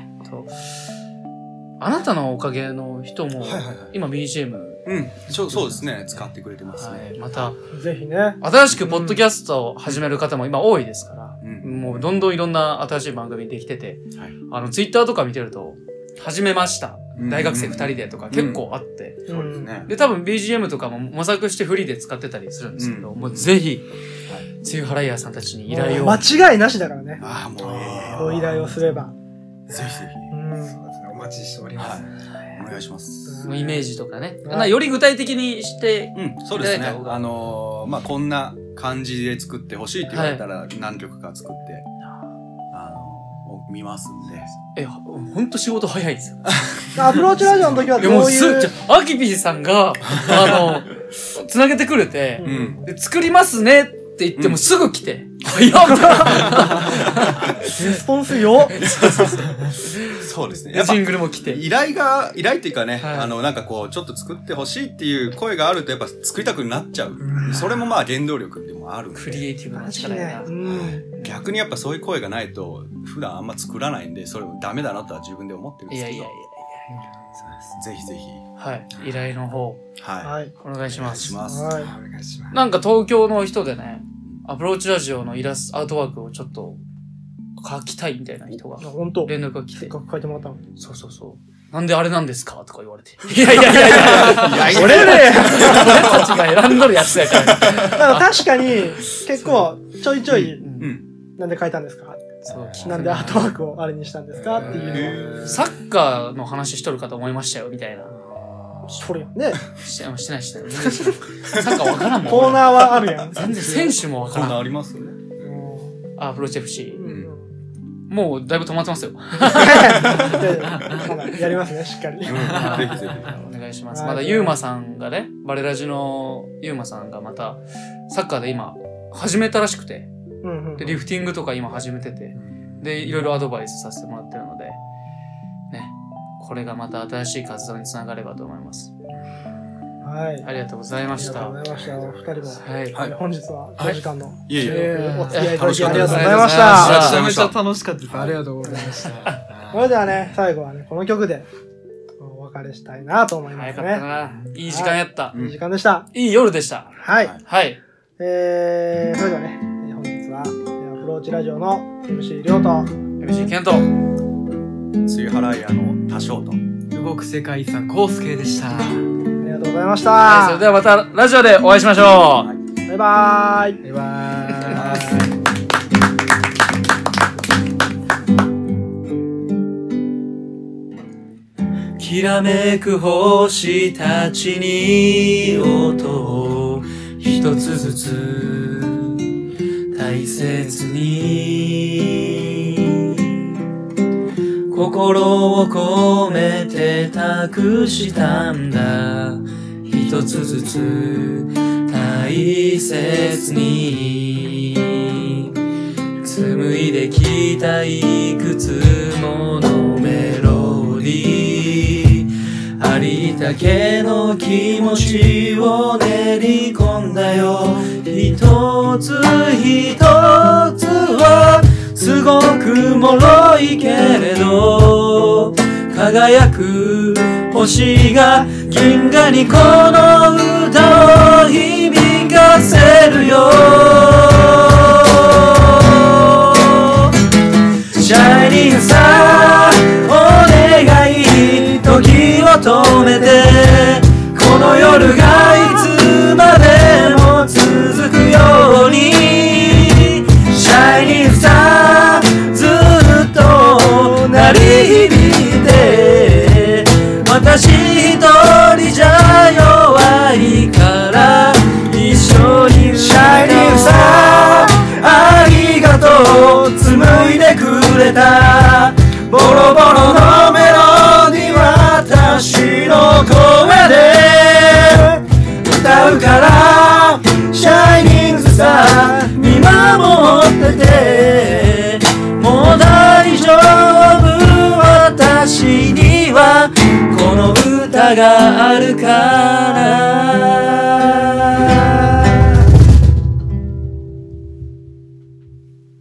[SPEAKER 2] あなたのおかげの人も、今 BGM。
[SPEAKER 3] そうですね。使ってくれてますね。
[SPEAKER 2] また、
[SPEAKER 1] ぜひね。
[SPEAKER 2] 新しくポッドキャストを始める方も今多いですから、もうどんどんいろんな新しい番組できてて、ツイッターとか見てると、始めました。大学生2人でとか結構あって。
[SPEAKER 3] そうですね。
[SPEAKER 2] で、多分 BGM とかも模索してフリーで使ってたりするんですけど、もうぜひ、つゆはらいやさんたちに依頼を。
[SPEAKER 1] 間違いなしだからね。
[SPEAKER 3] もう
[SPEAKER 1] ご依頼をすれば。
[SPEAKER 3] ぜひぜひ。
[SPEAKER 4] お待ちしております。
[SPEAKER 3] お願いします。
[SPEAKER 2] イメージとかね。より具体的にして
[SPEAKER 3] そうですね。こんな感じで作ってほしいって言われたら何曲か作って、見ますんで。
[SPEAKER 2] ほんと仕事早いですよ。
[SPEAKER 1] アプローチラジオの時はどういう。
[SPEAKER 2] アキピーさんが、つなげてくれて、作りますねって言ってもすぐ来て。早っみたいな。
[SPEAKER 1] レスポンスよ。
[SPEAKER 3] そうですね。
[SPEAKER 2] ジングルも来て。
[SPEAKER 3] 依頼っていうかね、なんかこう、ちょっと作ってほしいっていう声があるとやっぱ作りたくなっちゃう。それもまあ原動力でもあるんで。
[SPEAKER 2] クリエイティブな力やな。
[SPEAKER 3] 逆にやっぱそういう声がないと、普段あんま作らないんで、それもダメだなとは自分で思ってるんですけど。いや。ぜひぜひ。
[SPEAKER 2] はい。依頼の方。
[SPEAKER 3] はい。
[SPEAKER 2] お願いします。
[SPEAKER 3] お願いします。
[SPEAKER 2] なんか東京の人でね、アプローチラジオのアートワークをちょっと書きたいみたいな人が連絡が来て。
[SPEAKER 1] 書いてもらったの？
[SPEAKER 2] そう。 なんであれなんですかとか言われて。いやいやいやいや、俺たちが選んどるやつやから。だ
[SPEAKER 1] から確かに、結構、ちょいちょい、なんで変えたんですかなんでアートワークをあれにしたんですかっていうのを。
[SPEAKER 2] サッカーの話しとるかと思いましたよ、みたいな。
[SPEAKER 1] それよね。
[SPEAKER 2] してない。サッカーわからんもん。
[SPEAKER 1] コーナーはあるやん。
[SPEAKER 2] 全然選手もわからん。
[SPEAKER 3] コーナーありますよね。
[SPEAKER 2] アプローチ FC。もうだいぶ止まってますよ。
[SPEAKER 1] やりますね、しっかり。ぜ
[SPEAKER 2] ひぜひ。お願いします。まだユーマさんがね、バレラジのユーマさんがまた、サッカーで今、始めたらしくて、で、リフティングとか今始めてて、で、いろいろアドバイスさせてもらってるので、ね、これがまた新しい活動につながればと思います。
[SPEAKER 1] はい。
[SPEAKER 2] ありがとうございました。
[SPEAKER 1] ありがとうございました。お二人も。
[SPEAKER 2] はい。
[SPEAKER 1] 本日は5時間の。
[SPEAKER 3] いえいえ。
[SPEAKER 1] お付き合いいただきありがとうございました。
[SPEAKER 4] めちゃめちゃ楽しかったです。ありがとうございました。
[SPEAKER 1] それではね、最後はね、この曲でお別れしたいなと思いますね。
[SPEAKER 2] 早かったな。いい時間やった。
[SPEAKER 1] いい時間でした。
[SPEAKER 2] いい夜でした。
[SPEAKER 1] はい。
[SPEAKER 2] はい。
[SPEAKER 1] それではね、本日は、アプローチラジオの MC りょうと、
[SPEAKER 2] MC ケント、
[SPEAKER 3] 露払い屋の多少と、
[SPEAKER 4] 動く世界遺産コウスケでした。
[SPEAKER 1] ありがとうございました。
[SPEAKER 2] それではまたラジオでお会いしましょう。
[SPEAKER 1] バイバーイ。
[SPEAKER 4] バイバーイ。
[SPEAKER 2] きらめく星たちに音を一つずつ大切に心を込めて託したんだ一つずつ大切に紡いできたいくつものメロディーありったけの気持ちを練り込んだよ一つ一つはすごく脆いけれど輝く星が銀河にこの歌を響かせるよシャイニングスターお願い時を止めてこの夜がいつまでも続くようにシャイニングスターずっと鳴り響いて私一人じゃ弱いから一緒にシャイニングスターありがとう紡いでくれたボロボロのメロディ私の声で歌うからシャイニングスター見守っててもう大丈夫私にはこの歌があるから